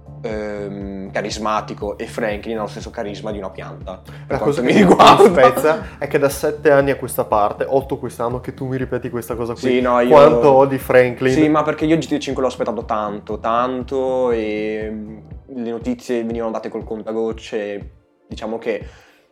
ehm, carismatico, e Franklin ha lo stesso carisma di una pianta, per La cosa quanto che mi mi riguarda. spezza è che da sette anni a questa parte, otto quest'anno, che tu mi ripeti questa cosa qui, Sì, no, io... quanto odi Franklin. Sì, ma perché io G T A cinque l'ho aspettato tanto, tanto, e le notizie venivano date col contagocce, diciamo che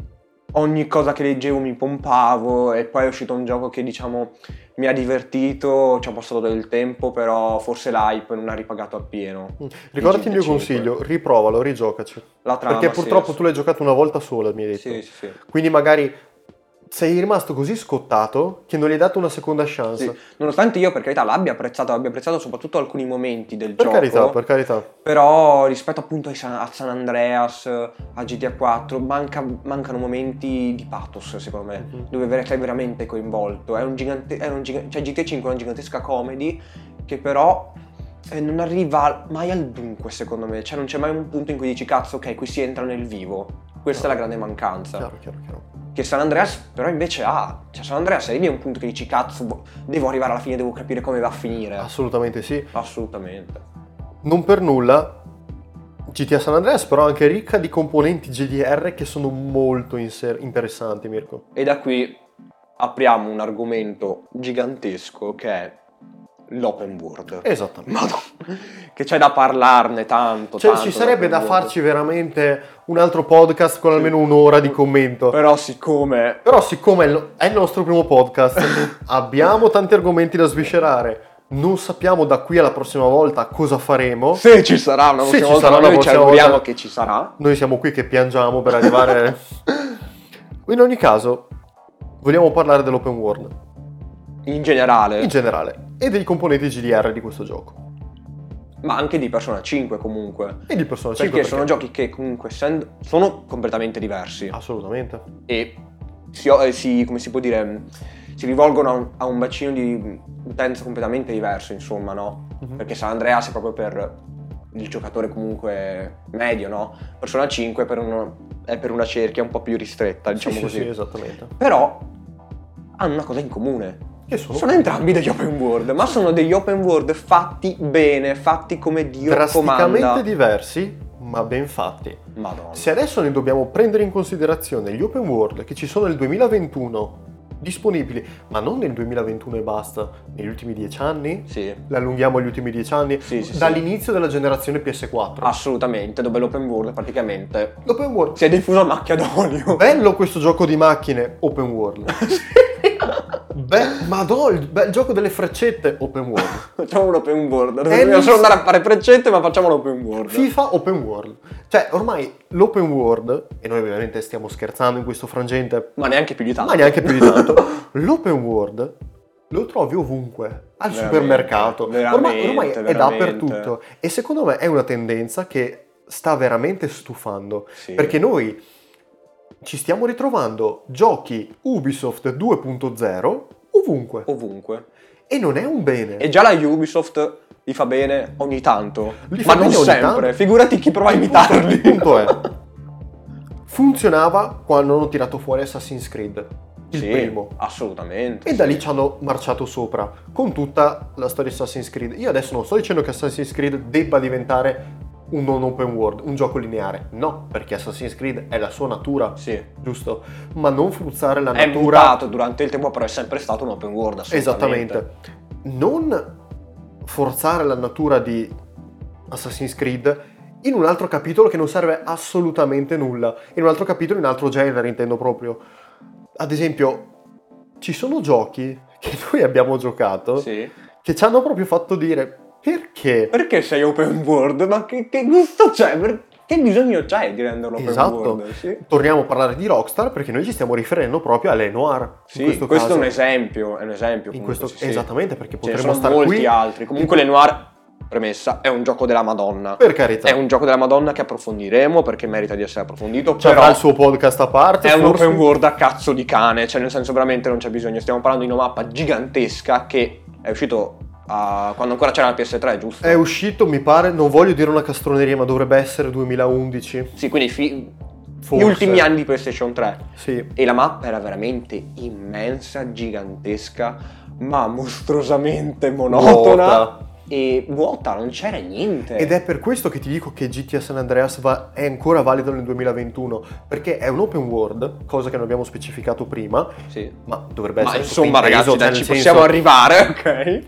ogni cosa che leggevo mi pompavo, e poi è uscito un gioco che diciamo mi ha divertito, ci ho passato del tempo, però forse l'hype non ha ripagato appieno. Ricordati il mio G T A cinque. consiglio, riprovalo, rigiocaci. La trama, Perché purtroppo sì, tu l'hai giocato una volta sola, mi hai detto. Sì, sì, sì. Quindi magari sei rimasto così scottato che non gli hai dato una seconda chance. Sì. Nonostante io per carità l'abbia apprezzato, abbia apprezzato soprattutto alcuni momenti del Per gioco. carità, per carità. Però rispetto appunto ai San- a San Andreas, a G T A quattro, manca- mancano momenti di pathos secondo me, Mhm. dove ver- sei veramente coinvolto. È un gigante, è un giga- cioè G T A cinque è una gigantesca comedy che però eh, non arriva mai al dunque secondo me. Cioè non c'è mai un punto in cui dici cazzo, ok, qui si entra nel vivo. Questa è la grande mancanza. Chiaro, chiaro, chiaro. Che San Andreas però invece ha. Cioè San Andreas arrivi a un punto che dici cazzo, boh, devo arrivare alla fine, devo capire come va a finire. Assolutamente sì. Assolutamente. Non per nulla G T A San Andreas però è anche ricca di componenti G D R che sono molto inser- interessanti, Mirko. E da qui apriamo un argomento gigantesco che è l'open world. Esattamente. Madonna, che c'è da parlarne tanto, Cioè, tanto ci sarebbe da l'open world. farci veramente un altro podcast con Sì. almeno un'ora di commento. Però siccome Però siccome è il- è il nostro primo podcast, abbiamo tanti argomenti da sviscerare, non sappiamo da qui alla prossima volta cosa faremo. se ci sarà una Se prossima ci volta, sarà ma una noi ci prossima auguriamo volta. che ci sarà. Noi siamo qui che piangiamo per arrivare... In ogni caso, vogliamo parlare dell'open world, In generale, in generale, e dei componenti G D R di questo gioco. ma anche di Persona cinque comunque. E di Persona cinque Perché sono giochi che comunque essendo, sono completamente diversi. Assolutamente. E si, eh, si- come si può dire, si rivolgono a un, a un bacino di utenza completamente diverso, insomma, no? Mhm. Perché San Andreas è proprio per il giocatore comunque medio, no? Persona cinque per uno- è per una cerchia un po' più ristretta, diciamo Sì, così. sì, sì, esattamente. Però hanno una cosa in comune. Che sono, Sono entrambi degli open world, ma sono degli open world fatti bene, fatti come Dio drasticamente comanda. diversi, ma ben fatti. Madonna. Se adesso ne dobbiamo prendere in considerazione gli open world che ci sono nel duemilaventuno disponibili, ma non nel duemilaventuno e basta, negli ultimi dieci anni, Sì, le allunghiamo agli ultimi dieci anni, Sì, sì, sì. dall'inizio della generazione P S quattro. assolutamente, dove l'open world praticamente L'open world. si è diffuso a macchia d'olio. Bello questo gioco di macchine, open world. Beh, madò, il bel gioco delle freccette, open world. Facciamo un open world, dove Tennis- dobbiamo solo andare a fare freccette, ma facciamo l'open world. FIFA open world. Cioè, ormai l'open world, e noi ovviamente stiamo scherzando in questo frangente, Ma neanche più di tanto. ma neanche più di tanto, l'open world lo trovi ovunque, al Veramente, supermercato, ormai, veramente, ormai è veramente. dappertutto. E secondo me è una tendenza che sta veramente stufando, Sì. perché noi ci stiamo ritrovando giochi Ubisoft due punto zero ovunque, Ovunque. e non è un bene. E già la Ubisoft li fa bene ogni tanto, Li ma fa non bene ogni sempre. tanto. Figurati chi prova a Il punto- imitarli. Il punto è, funzionava quando hanno tirato fuori Assassin's Creed, il Sì, primo. assolutamente. E da sì. lì ci hanno marciato sopra con tutta la storia di Assassin's Creed. Io adesso non sto dicendo che Assassin's Creed debba diventare un non open world, un gioco lineare. No, perché Assassin's Creed è la sua natura, Sì. giusto? Ma non forzare la È natura. mutato durante il tempo, però è sempre stato un open world, assolutamente. Esattamente. Non forzare la natura di Assassin's Creed in un altro capitolo che non serve assolutamente nulla. In un altro capitolo, in un altro genere, intendo proprio. Ad esempio, ci sono giochi che noi abbiamo giocato Sì. che ci hanno proprio fatto dire Perché? Perché sei open world? Ma che, che gusto c'è? Per- che bisogno c'è di renderlo open Esatto. world? Sì. Torniamo a parlare di Rockstar perché noi ci stiamo riferendo proprio alle noir. Sì, in questo, questo caso. è un esempio, è un esempio. In comunque, questo, sì, sì. esattamente, perché Ce ne potremmo sono stare molti qui. altri. Comunque le noir, premessa, è un gioco della Madonna. Per carità. È un gioco della Madonna che approfondiremo perché merita di essere approfondito. C'è però il suo podcast a parte. è un forse. open world a cazzo di cane, cioè nel senso veramente non c'è bisogno. Stiamo parlando di una mappa gigantesca che è uscito a... quando ancora c'era la P S tre, giusto? È uscito, mi pare, non voglio dire una castroneria, ma dovrebbe essere duemilaundici. Sì, quindi fi... Forse. gli ultimi anni di PlayStation tre. Sì. E la mappa era veramente immensa, gigantesca, ma mostruosamente monotona. Vuota. E vuota, non c'era niente. Ed è per questo che ti dico che G T A San Andreas va- è ancora valido nel duemilaventuno, perché è un open world, cosa che non abbiamo specificato prima, Sì. ma dovrebbe Ma essere insomma, sottinteso, ragazzi, cioè, dai, nel ci senso- possiamo arrivare, ok?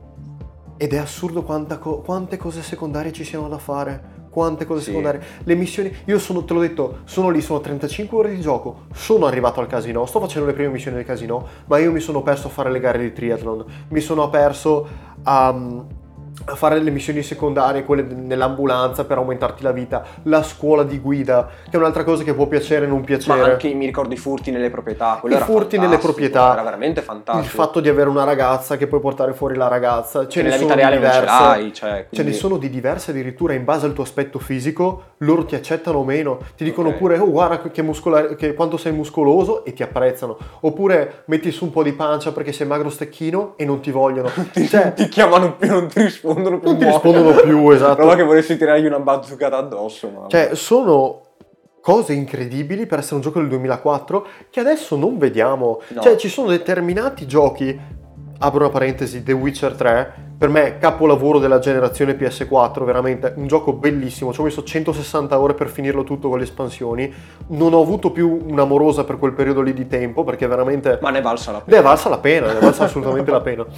Ed è assurdo quanta co- quante cose secondarie ci siano da fare. Quante cose Sì. secondarie. Le missioni. Io sono, te l'ho detto, sono lì, sono trentacinque ore di gioco. Sono arrivato al casino. Sto facendo le prime missioni del casino. Ma io mi sono perso a fare le gare di triathlon. Mi sono perso a. a fare le missioni secondarie, quelle nell'ambulanza per aumentarti la vita, la scuola di guida, che è un'altra cosa che può piacere o non piacere. Ma anche mi ricordo i furti nelle proprietà, quello I era furti nelle fantastico, proprietà, era veramente fantastico. il fatto di avere una ragazza che puoi portare fuori la ragazza, ce Che ne nella sono vita di reale non ce diverse, l'hai, cioè, ce ne quindi- sono di diverse addirittura in base al tuo aspetto fisico, loro ti accettano o meno, ti dicono Ok. pure oh guarda che muscola- che quanto sei muscoloso e ti apprezzano, oppure metti su un po' di pancia perché sei magro stecchino e non ti vogliono, cioè ti chiamano più, non ti rispondono più. non ti muoiono. rispondono più, esatto. Prova che vorresti tirargli una bazzucata addosso, ma... Cioè, sono cose incredibili per essere un gioco del duemilaquattro che adesso non vediamo. No. Cioè, ci sono determinati giochi, apro una parentesi, The Witcher tre, per me capolavoro della generazione P S quattro, veramente un gioco bellissimo. Ci ho messo centosessanta ore per finirlo tutto con le espansioni. Non ho avuto più un'amorosa per quel periodo lì di tempo, perché veramente... Ma ne è valsa la Ne pena. è valsa la pena, ne è valsa assolutamente la pena.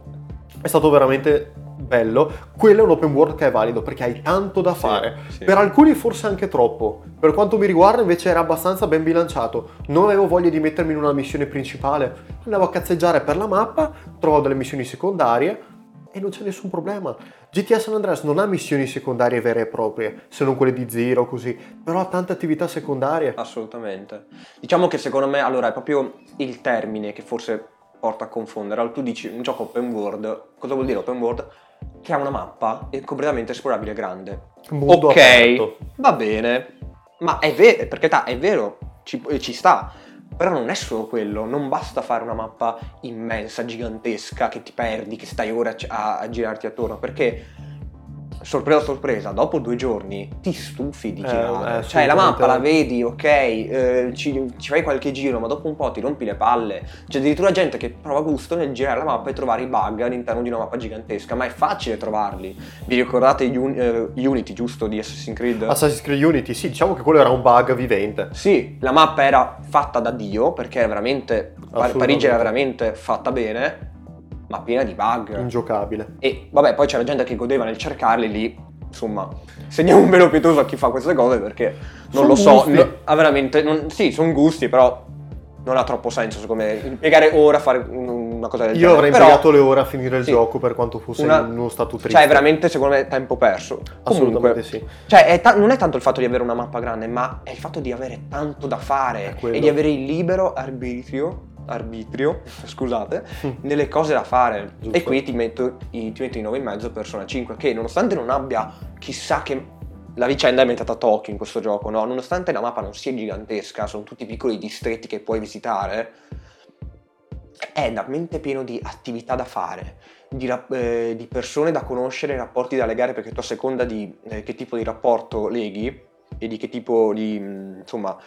È stato veramente bello. Quello è un open world che è valido perché hai tanto da Sì, fare. sì. Per alcuni forse anche troppo. Per quanto mi riguarda invece era abbastanza ben bilanciato. Non avevo voglia di mettermi in una missione principale. Andavo a cazzeggiare per la mappa, trovavo delle missioni secondarie e non c'è nessun problema. G T A San Andreas non ha missioni secondarie vere e proprie, se non quelle di Zero così, però ha tante attività secondarie. Assolutamente. Diciamo che secondo me, allora, è proprio il termine che forse porta a confondere. Allora, tu dici un gioco open world, cosa vuol dire open world? Che ha una mappa e completamente esplorabile grande. Mondo ok, aperto. va bene, ma è vero, per carità, è vero, ci, ci sta, però non è solo quello, non basta fare una mappa immensa, gigantesca, che ti perdi, che stai ore a, a girarti attorno, perché sorpresa sorpresa, dopo due giorni ti stufi di Eh, girare, eh, cioè la mappa la assolutamente. vedi, ok, eh, ci, ci fai qualche giro, ma dopo un po' ti rompi le palle. C'è addirittura gente che prova gusto nel girare la mappa e trovare i bug all'interno di una mappa gigantesca, ma è facile trovarli. Vi ricordate Un- eh, Unity, giusto, di Assassin's Creed? Assassin's Creed Unity, sì, diciamo che quello era un bug vivente. Sì, la mappa era fatta da Dio, perché era veramente, Pa- Parigi era Assolutamente. veramente fatta bene, ma piena di bug. Ingiocabile. E vabbè, poi c'era gente che godeva nel cercarli lì, insomma, segniamo un velo pietoso a chi fa queste cose perché non Son lo so, gusti. no- ha veramente, non- sì, sono gusti, però non ha troppo senso secondo me, impiegare ora a fare una cosa del Io genere. avrei Però, impiegato le ore a finire il sì, gioco per quanto fosse una- in uno stato triste. Cioè, è veramente, secondo me, tempo perso. Assolutamente Comunque, sì. cioè, è ta- non è tanto il fatto di avere una mappa grande, ma è il fatto di avere tanto da È fare quello. e di avere il libero arbitrio, arbitrio, scusate, nelle cose da fare. Giusto. E qui ti metto, i- ti metto di nuovo in mezzo Persona cinque, che nonostante non abbia chissà che... La vicenda è ambientata a Tokyo in questo gioco, no? Nonostante la mappa non sia gigantesca, sono tutti piccoli distretti che puoi visitare, è talmente pieno di attività da fare, di, rap- eh, di persone da conoscere, rapporti da legare, perché tu a seconda di eh, che tipo di rapporto leghi e di che tipo di, mh, insomma,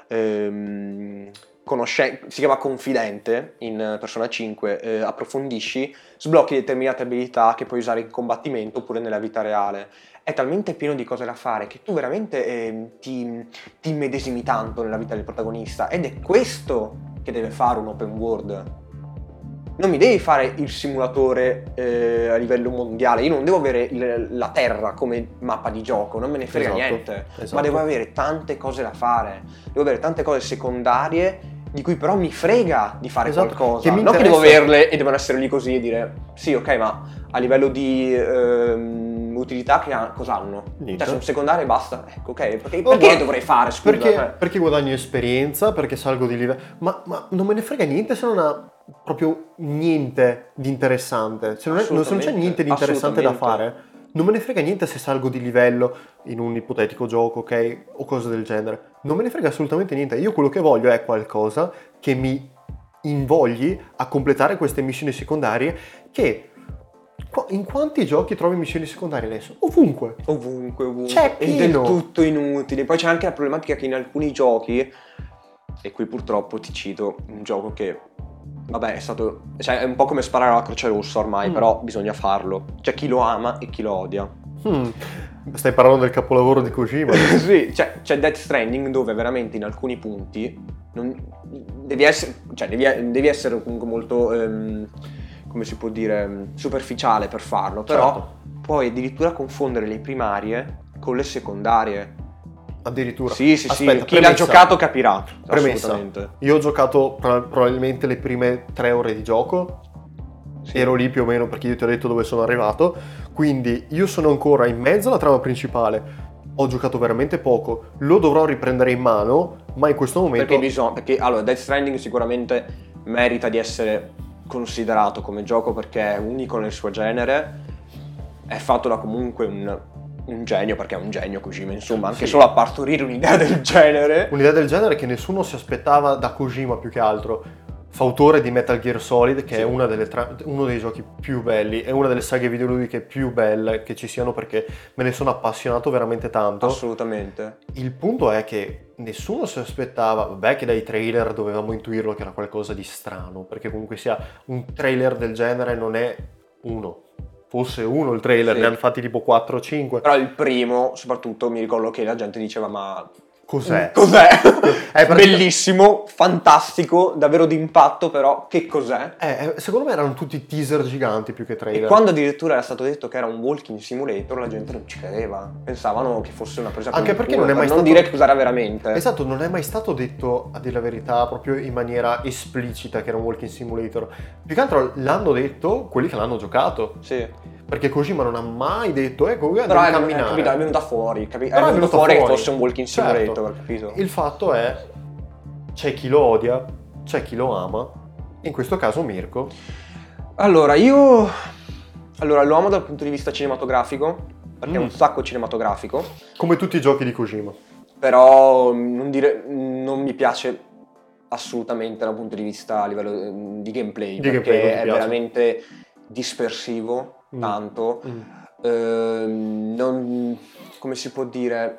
ehm, conosce- si chiama confidente in eh, Persona cinque, eh, approfondisci, sblocchi determinate abilità che puoi usare in combattimento oppure nella vita reale. È talmente pieno di cose da fare che tu veramente eh, ti, ti immedesimi tanto nella vita del protagonista, ed è questo che deve fare un open world. Non mi devi fare il simulatore eh, a livello mondiale, io non devo avere il- la terra come mappa di gioco, non me ne frega Esatto, niente, esatto. ma devo avere tante cose da fare, devo avere tante cose secondarie di cui però mi frega di fare esatto, qualcosa. che mi non interessa... che devo averle e devono essere lì così e dire sì, ok, ma a livello di ehm, utilità che ha, cosa hanno? Niente. Cioè sono secondarie e basta. Ecco, ok, perché, Oh, perché ma... le dovrei fare, scusa? Perché, Cioè, perché guadagno esperienza, perché salgo di livello, ma, ma non me ne frega niente se non ha proprio niente di interessante, se non, è, se non c'è niente di interessante da fare, non me ne frega niente se salgo di livello in un ipotetico gioco, ok, o cose del genere, non me ne frega assolutamente niente. Io quello che voglio è qualcosa che mi invogli a completare queste missioni secondarie che... In quanti giochi trovi missioni secondarie adesso? Ovunque. Ovunque, ovunque. C'è è pieno. del tutto inutile. Poi c'è anche la problematica che in alcuni giochi, e qui purtroppo ti cito un gioco che, vabbè, è stato... Cioè, è un po' come sparare alla Croce Rossa ormai, mm. però bisogna farlo. C'è chi lo ama e chi lo odia. Hmm. Stai parlando del capolavoro di Kojima? Sì, cioè, c'è Death Stranding dove veramente in alcuni punti non... devi essere... Cioè, devi, devi essere comunque molto... Um... come si può dire, superficiale per farlo, però certo. Puoi addirittura confondere le primarie con le secondarie. Addirittura? Sì, sì, Aspetta, sì, chi l'ha giocato capirà. Premessa, io ho giocato probabilmente le prime tre ore di gioco, sì. Ero lì più o meno perché io ti ho detto dove sono arrivato, quindi io sono ancora in mezzo alla trama principale, ho giocato veramente poco, lo dovrò riprendere in mano, ma in questo momento... Perché bisogna, perché allora Death Stranding sicuramente merita di essere... considerato come gioco perché è unico nel suo genere, è fatto da comunque un, un genio, perché è un genio Kojima, insomma, anche sì. Solo a partorire un'idea del genere. Un'idea del genere che nessuno si aspettava da Kojima più che altro. Fautore di Metal Gear Solid, che sì. È una delle tra- uno dei giochi più belli, è una delle saghe videoludiche più belle che ci siano perché me ne sono appassionato veramente tanto. Assolutamente. Il punto è che nessuno si aspettava, vabbè che dai trailer dovevamo intuirlo che era qualcosa di strano, perché comunque sia un trailer del genere non è uno. Fosse uno il trailer, sì. Ne hanno fatti tipo quattro o cinque. Però il primo, soprattutto, mi ricordo che la gente diceva ma... Cos'è? Cos'è? È bellissimo, fantastico, davvero d'impatto, però che cos'è? Eh, secondo me erano tutti teaser giganti più che trailer. E quando addirittura era stato detto che era un walking simulator, la gente non ci credeva. Pensavano che fosse una presa anche perché non è mai per stato... non dire che cos'era veramente. Esatto, non è mai stato detto, a dire la verità, proprio in maniera esplicita che era un walking simulator. Più che altro l'hanno detto quelli che l'hanno giocato. Sì. Perché Kojima non ha mai detto, ecco, guarda, però devi è, camminare. Capito, è venuta fuori, capi- Però è venuto fuori, fuori che fosse un walking simulator, certo. Capito? Il fatto è, c'è chi lo odia, c'è chi lo ama, in questo caso Mirko. Allora, io... Allora, lo amo dal punto di vista cinematografico, perché mm. è un sacco cinematografico. Come tutti i giochi di Kojima. Però non, dire, non mi piace assolutamente dal punto di vista a livello di gameplay, di perché gameplay è veramente dispersivo, mm. tanto. Mm. Eh, non, come si può dire...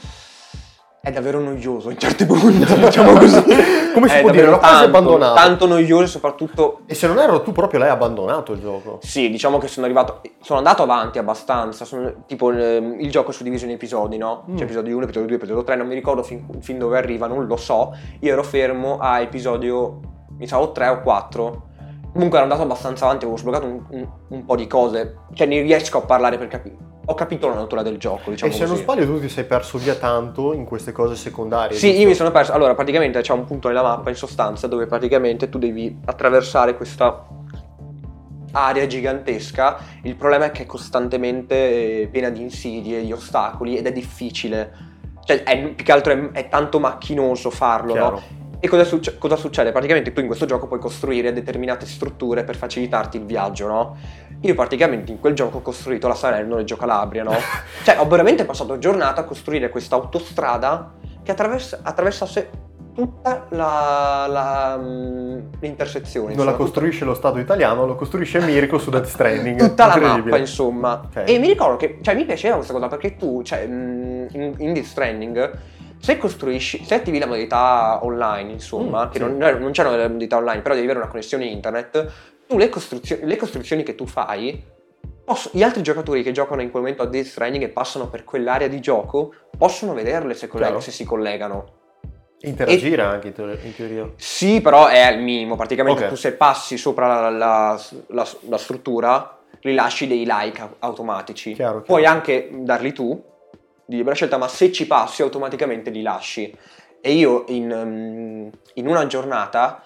È davvero noioso in certi punti, diciamo così. Come si è può dire? L'ho quasi abbandonato. Tanto noioso, soprattutto... E se non erro tu proprio l'hai abbandonato il gioco? Sì, diciamo che sono arrivato... Sono andato avanti abbastanza. Sono, tipo il, il gioco è suddiviso in episodi, no? Mm. C'è episodio uno, episodio due, episodio tre. Non mi ricordo fin, fin dove arriva, non lo so. Io ero fermo a episodio... mi sa o tre o quattro. Comunque ero andato abbastanza avanti, avevo sbloccato un, un, un po' di cose. Cioè ne riesco a parlare per capire... Ho capito la natura del gioco, diciamo e se così. non sbaglio tu ti sei perso via tanto in queste cose secondarie. Sì, giusto? Io mi sono perso. Allora, praticamente c'è un punto nella mappa, in sostanza, dove praticamente tu devi attraversare questa area gigantesca. Il problema è che è costantemente piena di insidie, di ostacoli ed è difficile. Cioè, è, più che altro è, è tanto macchinoso farlo, chiaro. No? E cosa, succe- cosa succede? Praticamente tu in questo gioco puoi costruire determinate strutture per facilitarti il viaggio, no? Io praticamente in quel gioco ho costruito la Salerno-Reggio Calabria, no? Cioè ho veramente passato giornata a costruire questa autostrada che attraversa, attraversasse tutta la, la, l'intersezione. Non insomma, la costruisce tutta... lo Stato italiano, lo costruisce Mirko su Death Stranding. Tutta la mappa, insomma. Okay. E mi ricordo che, cioè mi piaceva questa cosa perché tu, cioè in, in Death Stranding... Se costruisci, se attivi la modalità online, insomma, mm, che sì. non, non c'erano le modalità online, però devi avere una connessione internet, tu le costruzioni, le costruzioni che tu fai, posso, gli altri giocatori che giocano in quel momento a Death Stranding e passano per quell'area di gioco, possono vederle se, collega, se si collegano. Interagire e, anche in teoria. Sì, però è al minimo, praticamente okay. Tu se passi sopra la, la, la, la struttura, rilasci dei like automatici. Chiaro, chiaro. Puoi anche darli tu, di libera scelta, ma se ci passi automaticamente li lasci E io in, um, in una giornata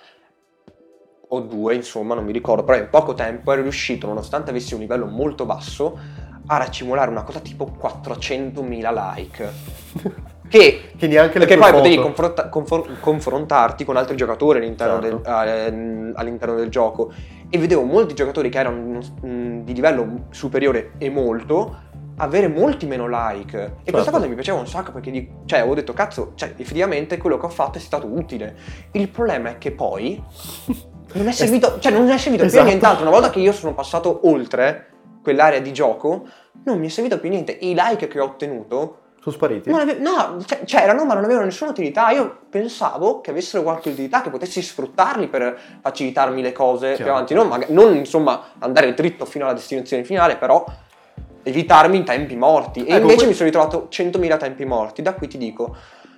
o due, insomma, non mi ricordo, però in poco tempo ero riuscito, nonostante avessi un livello molto basso, a racimolare una cosa tipo quattrocentomila like. Che, che neanche le perché tue poi foto. potevi confronta- confor- confrontarti con altri giocatori all'interno, Certo. del, uh, all'interno del gioco, e vedevo molti giocatori che erano mh, di livello superiore e molto avere molti meno like, e certo. questa cosa mi piaceva un sacco, perché di, cioè avevo detto cazzo, cioè effettivamente quello che ho fatto è stato utile. Il problema è che poi non è servito, cioè non è servito esatto. più nient'altro. Una volta che io sono passato oltre quell'area di gioco non mi è servito più niente. I like che ho ottenuto sono spariti? non ave- no, cioè, c'erano ma non avevano nessuna utilità. Io pensavo che avessero qualche utilità, che potessi sfruttarli per facilitarmi le cose Chiaro. più avanti, non, maga- non insomma andare dritto fino alla destinazione finale, però evitarmi i tempi morti. E ecco, invece que- mi sono ritrovato centomila tempi morti. Da qui ti dico,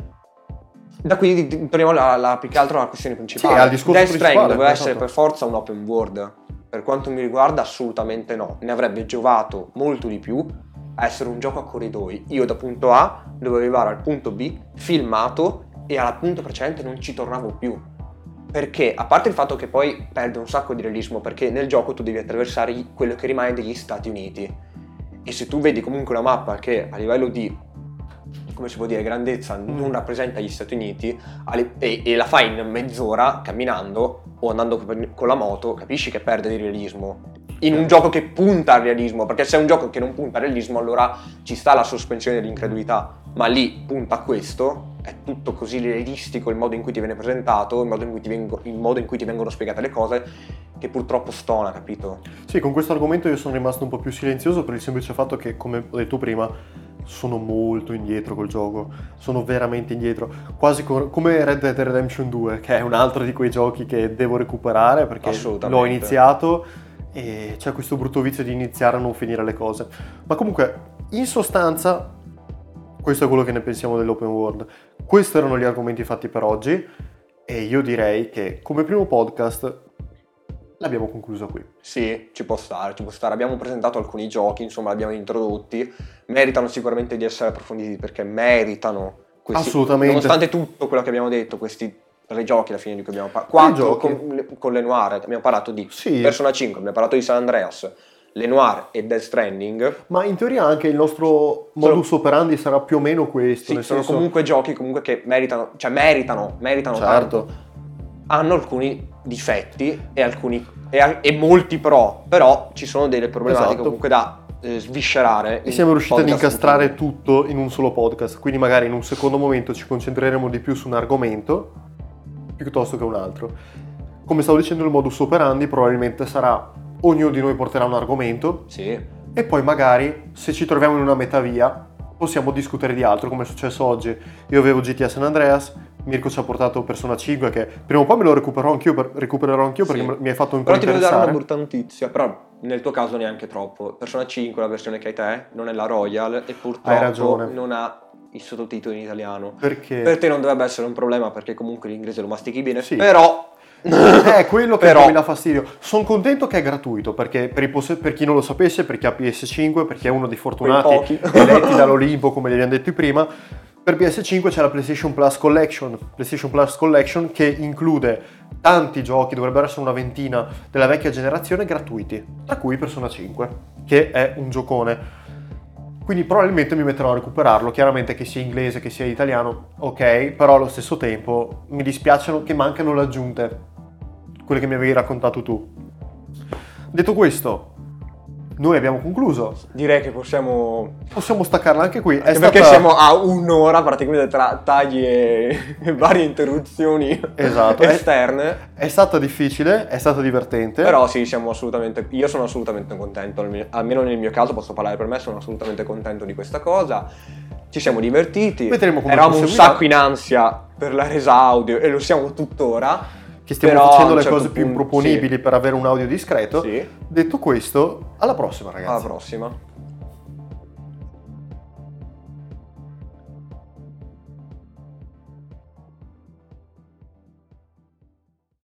da qui di- di- torniamo alla, alla, più che altro alla questione principale. Sì, al discorso Death principale, Stranding doveva esatto. essere per forza un open world. Per quanto mi riguarda assolutamente no, ne avrebbe giovato molto di più a essere un gioco a corridoi. Io da punto A dovevo arrivare al punto B filmato e al punto precedente non ci tornavo più, perché a parte il fatto che poi perde un sacco di realismo, perché nel gioco tu devi attraversare quello che rimane degli Stati Uniti, e se tu vedi comunque una mappa che a livello di, come si può dire, grandezza non rappresenta gli Stati Uniti, e, e la fai in mezz'ora camminando o andando con la moto, capisci che perde di realismo in un gioco che punta al realismo. Perché se è un gioco che non punta al realismo, allora ci sta la sospensione dell'incredulità, ma lì punta a questo, è tutto così realistico il modo in cui ti viene presentato, il modo in cui ti, vengo, il modo in cui ti vengono spiegate le cose, che purtroppo stona, capito? Sì, con questo argomento io sono rimasto un po' più silenzioso per il semplice fatto che, come ho detto prima, sono molto indietro col gioco, sono veramente indietro, quasi co- come Red Dead Redemption due, che è un altro di quei giochi che devo recuperare perché l'ho iniziato e c'è questo brutto vizio di iniziare a non finire le cose. Ma comunque, in sostanza, questo è quello che ne pensiamo dell'open world. Questi erano gli argomenti fatti per oggi e io direi che come primo podcast l'abbiamo concluso qui. Sì, ci può stare, ci può stare. Abbiamo presentato alcuni giochi, insomma, li abbiamo introdotti. Meritano sicuramente di essere approfonditi, perché meritano questi, assolutamente, nonostante tutto quello che abbiamo detto, questi tre giochi alla fine di cui abbiamo parlato. Quattro con, con Lenoir, abbiamo parlato di sì. Persona cinque, abbiamo parlato di San Andreas, Lenoir e Death Stranding. Ma in teoria anche il nostro modus sono, operandi sarà più o meno questo. Sì, nel sono senso... comunque giochi comunque che meritano, cioè meritano, meritano certo. tanto. Hanno alcuni difetti e alcuni e, e molti pro, però ci sono delle problematiche esatto. comunque da eh, sviscerare. E siamo riusciti ad incastrare futuro. Tutto in un solo podcast, quindi magari in un secondo momento ci concentreremo di più su un argomento piuttosto che un altro. Come stavo dicendo, il modus operandi probabilmente sarà ognuno di noi porterà un argomento, sì. E poi magari se ci troviamo in una metà via possiamo discutere di altro, come è successo oggi. Io avevo G T A San Andreas, Mirko ci ha portato Persona cinque, che prima o poi me lo recupererò anch'io, per, recupererò anch'io perché sì. mi hai fatto un però po' interessare. Però ti devo dare una brutta notizia, però nel tuo caso neanche troppo. Persona cinque, la versione che hai te, non è la Royal e purtroppo non ha i sottotitoli in italiano. Perché? Per te non dovrebbe essere un problema, perché comunque l'inglese lo mastichi bene, sì. Però... è quello che però... mi dà fastidio. Sono contento che è gratuito, perché per, i poss- per chi non lo sapesse, per chi ha P S cinque, perché è uno dei fortunati eletti dall'Olimpo, come gli abbiamo detto prima, per P S cinque c'è la PlayStation Plus Collection, PlayStation Plus Collection che include tanti giochi, dovrebbero essere una ventina della vecchia generazione, gratuiti, tra cui Persona cinque, che è un giocone. Quindi probabilmente mi metterò a recuperarlo, chiaramente che sia inglese, che sia italiano, ok, però allo stesso tempo mi dispiacciono che mancano le aggiunte, quelle che mi avevi raccontato tu. Detto questo, noi abbiamo concluso. Direi che possiamo... Possiamo staccarla anche qui. È stata... Perché siamo a un'ora praticamente tra tagli e varie interruzioni esatto. esterne. È, è stata difficile, è stata divertente. Però sì, siamo assolutamente... Io sono assolutamente contento, almeno nel mio caso posso parlare per me, sono assolutamente contento di questa cosa. Ci siamo divertiti. Vedremo come Eravamo un sacco in ansia per la resa audio e lo siamo tuttora. Che stiamo Però facendo le certo cose più punto, proponibili sì. per avere un audio discreto. Sì. Detto questo, alla prossima ragazzi. Alla prossima.